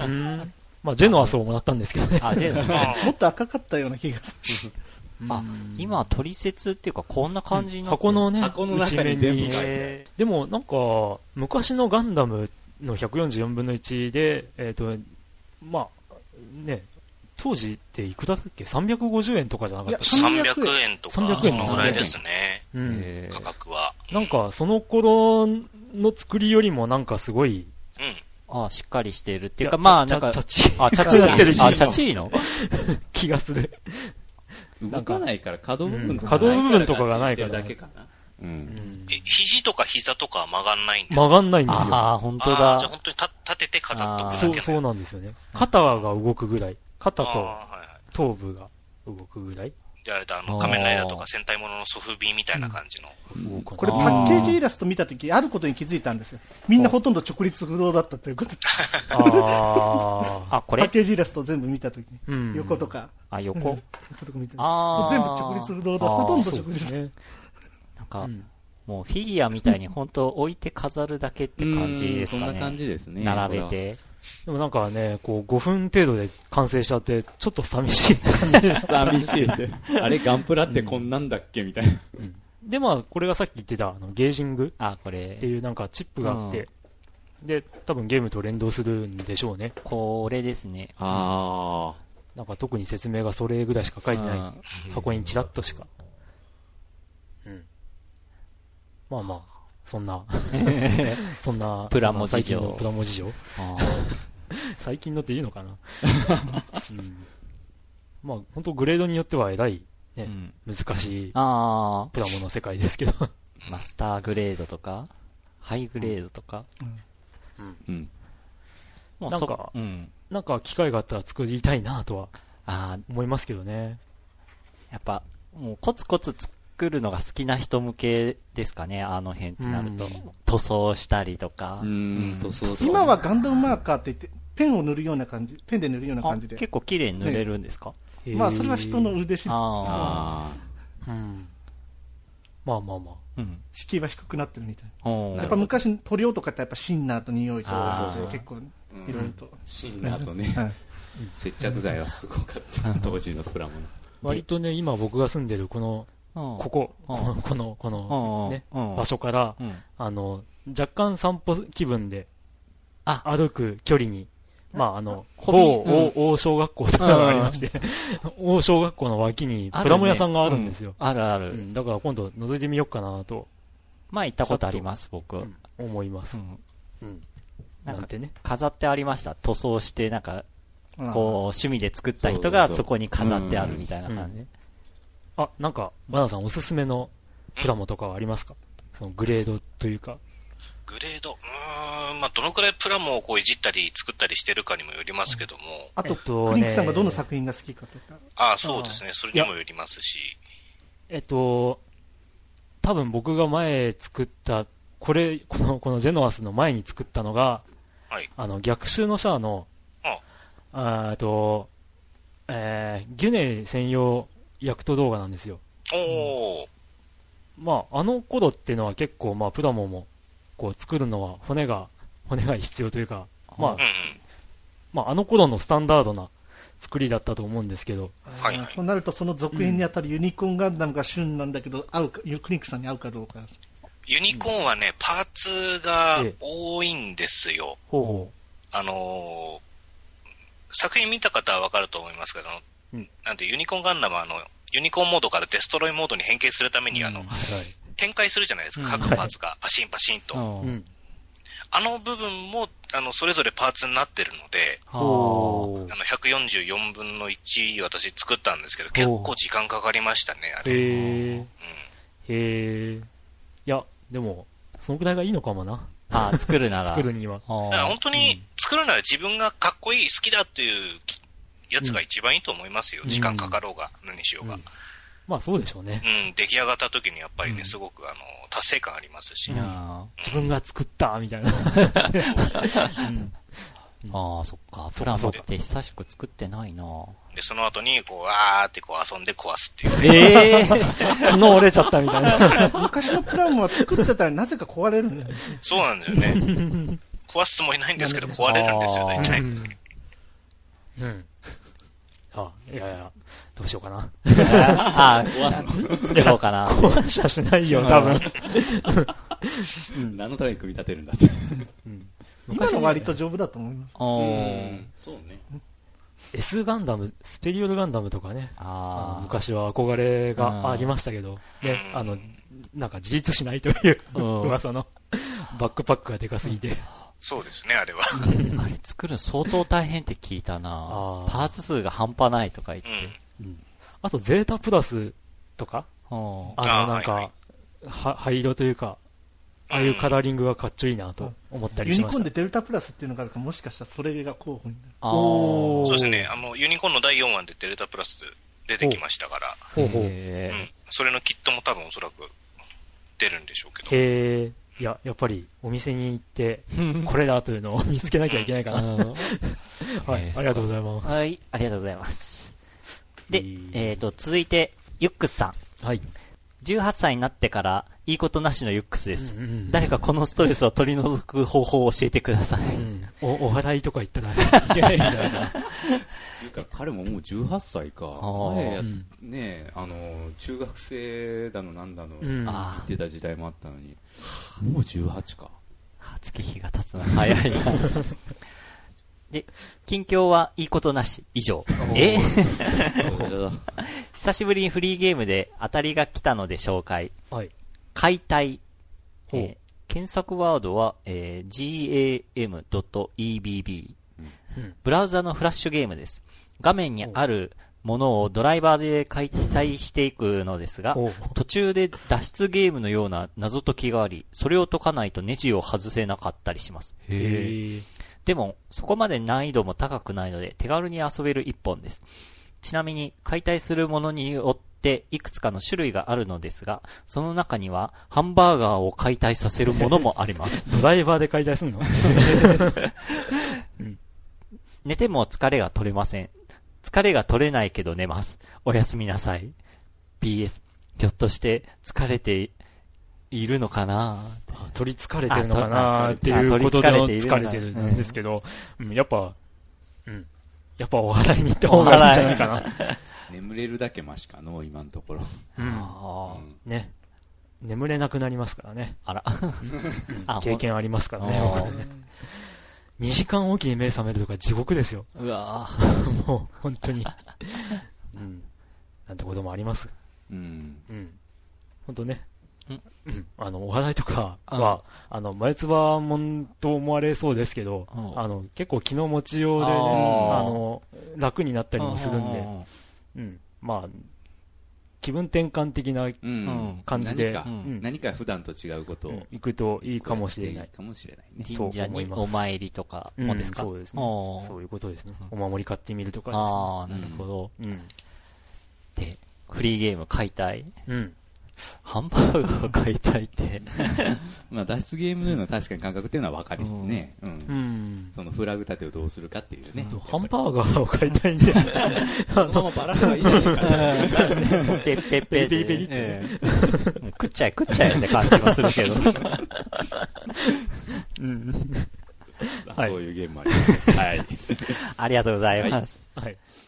まあ、ジェノアスをもらったんですけどね。 あ、ジェノアス。もっと赤かったような気がする。 あ、今、取説っていうか、こんな感じになってる、うん、箱のね、 箱の中に全部書いて。でも、なんか、昔のガンダムのひゃくよんじゅうよんぶんのいちで、えっと、まあ、ね、当時っていくらだっけ ?さんびゃくごじゅうえんとかじゃなかったっけ？ さんびゃくえんとか、 さんびゃくえんそのぐらいですね。うん。価格は。 なんか、その頃の作りよりもなんかすごい、 うん。ああ、しっかりしてるっていうか、まあ、なんか、 チャチあ、チャチーあ、チャチーの気がする。 動かないから可動部分とか、 可動部分とかがないから。 だけかな。うん。 え、肘とか膝とかは曲がんないんですか？ 曲がんないんですよ。 ああ、本当だ。 じゃあ本当に立てて飾っとくだけそう、そうなんですよね。肩が動くぐらい。肩と頭部が動くぐらい。 であれだ、あの、仮面ライダーとか戦隊もののソフビみたいな感じの。 うん、これパッケージイラスト見たとき、あることに気づいたんですよ。みんなほとんど直立不動だったということで。 ああ、これパッケージイラストを全部見たときに、うん、横とか。 あ、横横とか見てあ全部直立不動だ。ほとんど直立。ね、 なんか、うん、もうフィギュアみたいに本当置いて飾るだけって感じですかね。 そんな感じですね。 並べて。 でもなんかね、こうごふん程度で完成しちゃって、ちょっと寂しい感じ。 寂しいって。あれ、ガンプラってこんなんだっけみたいな。うん、 で、まあ、これがさっき言ってた、あのゲージングあ、これっていうなんかチップがあって、うん、で、多分ゲームと連動するんでしょうね。 これですね。 ああ。なんか特に説明がそれぐらいしか書いてない。箱にチラッとしか。うん。まあまあ。そんな、そんな、 プラモ事情。 プラモ事情最近のっていいのかな、うん、まあ、本当グレードによってはえらい、ね、うん、難しい、プラモの世界ですけど。 マスターグレードとか、ハイグレードとか。 うん。うん。うん、なんか、うん、なんか機会があったら作りたいなとは、思いますけどね。 やっぱ、もうコツコツ作るのが好きな人向けですかね、あの辺ってなると。塗装したりとか。うん、 塗装今はガンダムマーカーって言って、ペンを塗るような感じ、ペンで塗るような感じで。 結構綺麗に塗れるんですか、 ね、まあ、それは人の腕次第。 ああ。うん。まあまあまあ。 うん。敷居は低くなってるみたいな。やっぱ昔、塗料とかってやっぱシンナーと匂いと、結構、いろいろと。 シンナーとね。はい、接着剤はすごかった。当時のプラモの。 割とね、今僕が住んでるこの、ここ、この、この、この、ね、場所から、あの、若干散歩気分で、歩く距離に、まあ、あの、某大小学校とかがありまして、大小学校の脇にプラモ屋さんがあるんですよ。 あるある。 だから今度覗いてみようかなと。 まあ行ったことあります、僕。 思います。うん。 なんてね。飾ってありました。塗装して、なんか、こう、趣味で作った人がそこに飾ってあるみたいな感じ。 あ、なんか、バナさんおすすめのプラモとかはありますか？そのグレードというか。 グレード、うーん、まあ、どのくらいプラモをこういじったり作ったりしてるかにもよりますけども。 あと、えっとね、クリンクさんがどの作品が好きかとか。 ああ、そうですね。それにもよりますし。 えっと、多分僕が前作った、これ、この、このジェノアスの前に作ったのが、はい、あの、逆襲のシャアの、ああと、えー、ギュネ専用ヤクト動画なんですよ。おー。まあ、あの頃っていうのは結構、まあ、プラモも、こう、作るのは骨が、骨が必要というか、まあ、うん、まあ、あの頃のスタンダードな作りだったと思うんですけど。 はい。そうなると、その続編にあたるユニコーンガンダムが旬なんだけど、合うか、ユクリンクさんに合うかどうか。 ユニコーンはね、パーツが多いんですよ。ほうほう。あのー、作品見た方はわかると思いますけど、うん、なんでユニコーンガンダムはあの、ユニコーンモードからデストロイモードに変形するためにあの、うんはい、展開するじゃないですか、各パーツがパシンパシンと。うん、あの部分も、あの、それぞれパーツになってるので、あの、ひゃくよんじゅうよんぶんのいち私作ったんですけど、結構時間かかりましたね、あれ。へー。うん、へー。いや、でも、そのくらいがいいのかもな。 ああ、作るなら。 作るには。 だから本当に作るなら自分がかっこいい、好きだっていうやつが一番いいと思いますよ。うん、時間かかろうが、何しようが。うん、 まあそうでしょうね。 うん、出来上がった時にやっぱりね、うん、すごくあの、達成感ありますし。うんうん、自分が作ったみたいな。 うんああ、そっか。プラモって久しく作ってないな。 で、その後に、こう、あーってこう遊んで壊すっていう、ね。 えぇ、ー、角折れちゃったみたいな。 昔のプラモは作ってたらなぜか壊れるんだよね。 そうなんだよね。壊すつもりないんですけど、壊れるんですよ、大体。うん。 うん。あ、いやいや、どうしようかな。 ああ、壊すの作ろうかな。 壊しゃしないよ、多分。 うん、何のために組み立てるんだって。うん今の割と丈夫だと思います。 うん。そうね。 S ガンダム、スペリオルガンダムとかね。ああ昔は憧れがありましたけど、ね、あの、なんか自立しないという噂のバックパックがでかすぎて。 そうですね、あれは。 あれ作るの相当大変って聞いたなパーツ数が半端ないとか言って。 うんうん、あと、ゼータプラスとかあの、なんか、はいはい、は灰色というか、ああいうカラーリングがかっちょいいなと思ったりしました。 ユニコーンでデルタプラスっていうのがあるから、もしかしたらそれが候補になる。 そうですね。あの、ユニコーンのだいよんわでデルタプラス出てきましたから、 ほうほう。うん。 それのキットも多分おそらく出るんでしょうけど。 へー。いや、やっぱりお店に行って、これだというのを見つけなきゃいけないかな。はい、ありがとうございます。 はい、ありがとうございます。で、えっと、続いて、ユックスさん。 はい。 じゅうはっさいになってからいいことなしのユックスです。うんうんうん、誰かこのストレスを取り除く方法を教えてください。うん、 お、お祓いとか言ったらいけないんじゃないかな。 というか彼ももうじゅうはっさいか。前、うん、ねあの、中学生だのなんだの、うん、言ってた時代もあったのに、もうじゅうはちか。 月日が経つの早いな。で、近況はいいことなし、以上。え久しぶりにフリーゲームで当たりが来たので紹介。はい。解体。えー、検索ワードは、えー、ジーエーエムドットイービービー、うん。ブラウザのフラッシュゲームです。画面にあるものをドライバーで解体していくのですが、途中で脱出ゲームのような謎解きがあり、それを解かないとネジを外せなかったりします。へー。でも、そこまで難易度も高くないので、手軽に遊べる一本です。ちなみに、解体するものによっていくつかの種類があるのですが、その中には、ハンバーガーを解体させるものもあります。 ドライバーで解体するの、 うん、寝ても疲れが取れません。疲れが取れないけど寝ます。おやすみなさい。ピーエス、ひょっとして疲れているのかな、 取り憑かれてるのかなっていうことでの疲れてるんですけど、うん、やっぱ、うん、やっぱお笑いに行った方がいいんじゃないかな。 眠れるだけマシかの、今のところ。うん。 あうん、ね。眠れなくなりますからね。 あら。 うん、経験ありますからね。にじかんおきに目覚めるとか地獄ですよ。 うわもう、本当に。うん。なんてこともあります。 うん。 うん。本当ね。うん、あの、お祓いとかは、あの、前つばもんと思われそうですけど、あの、結構気の持ちようで、ね、あの、楽になったりもするんで、うん、まあ、気分転換的な感じで、 うん、何か、うん、何か普段と違うことを、うん、 行くといいかもしれない。 かもしれないね。 神社にお参りとかもですか、 うん、そうですね。そういうことですね。お守り買ってみるとかですね。 ああ、なるほど。うん。で、フリーゲーム解体。うん。ハンバーガーを買いたいって。 まあ脱出ゲームのような確かに感覚っていうのは分かりますね。うん。うん。そのフラグ立てをどうするかっていうね。 ハンバーガーを買いたいんで。 そのままバラがいいじゃないか。 ペッペッペッ。ペリペリって。食っちゃえ食っちゃえって感じもするけど。 うん。そういうゲームもあります。はい。 ありがとうございます。 はい。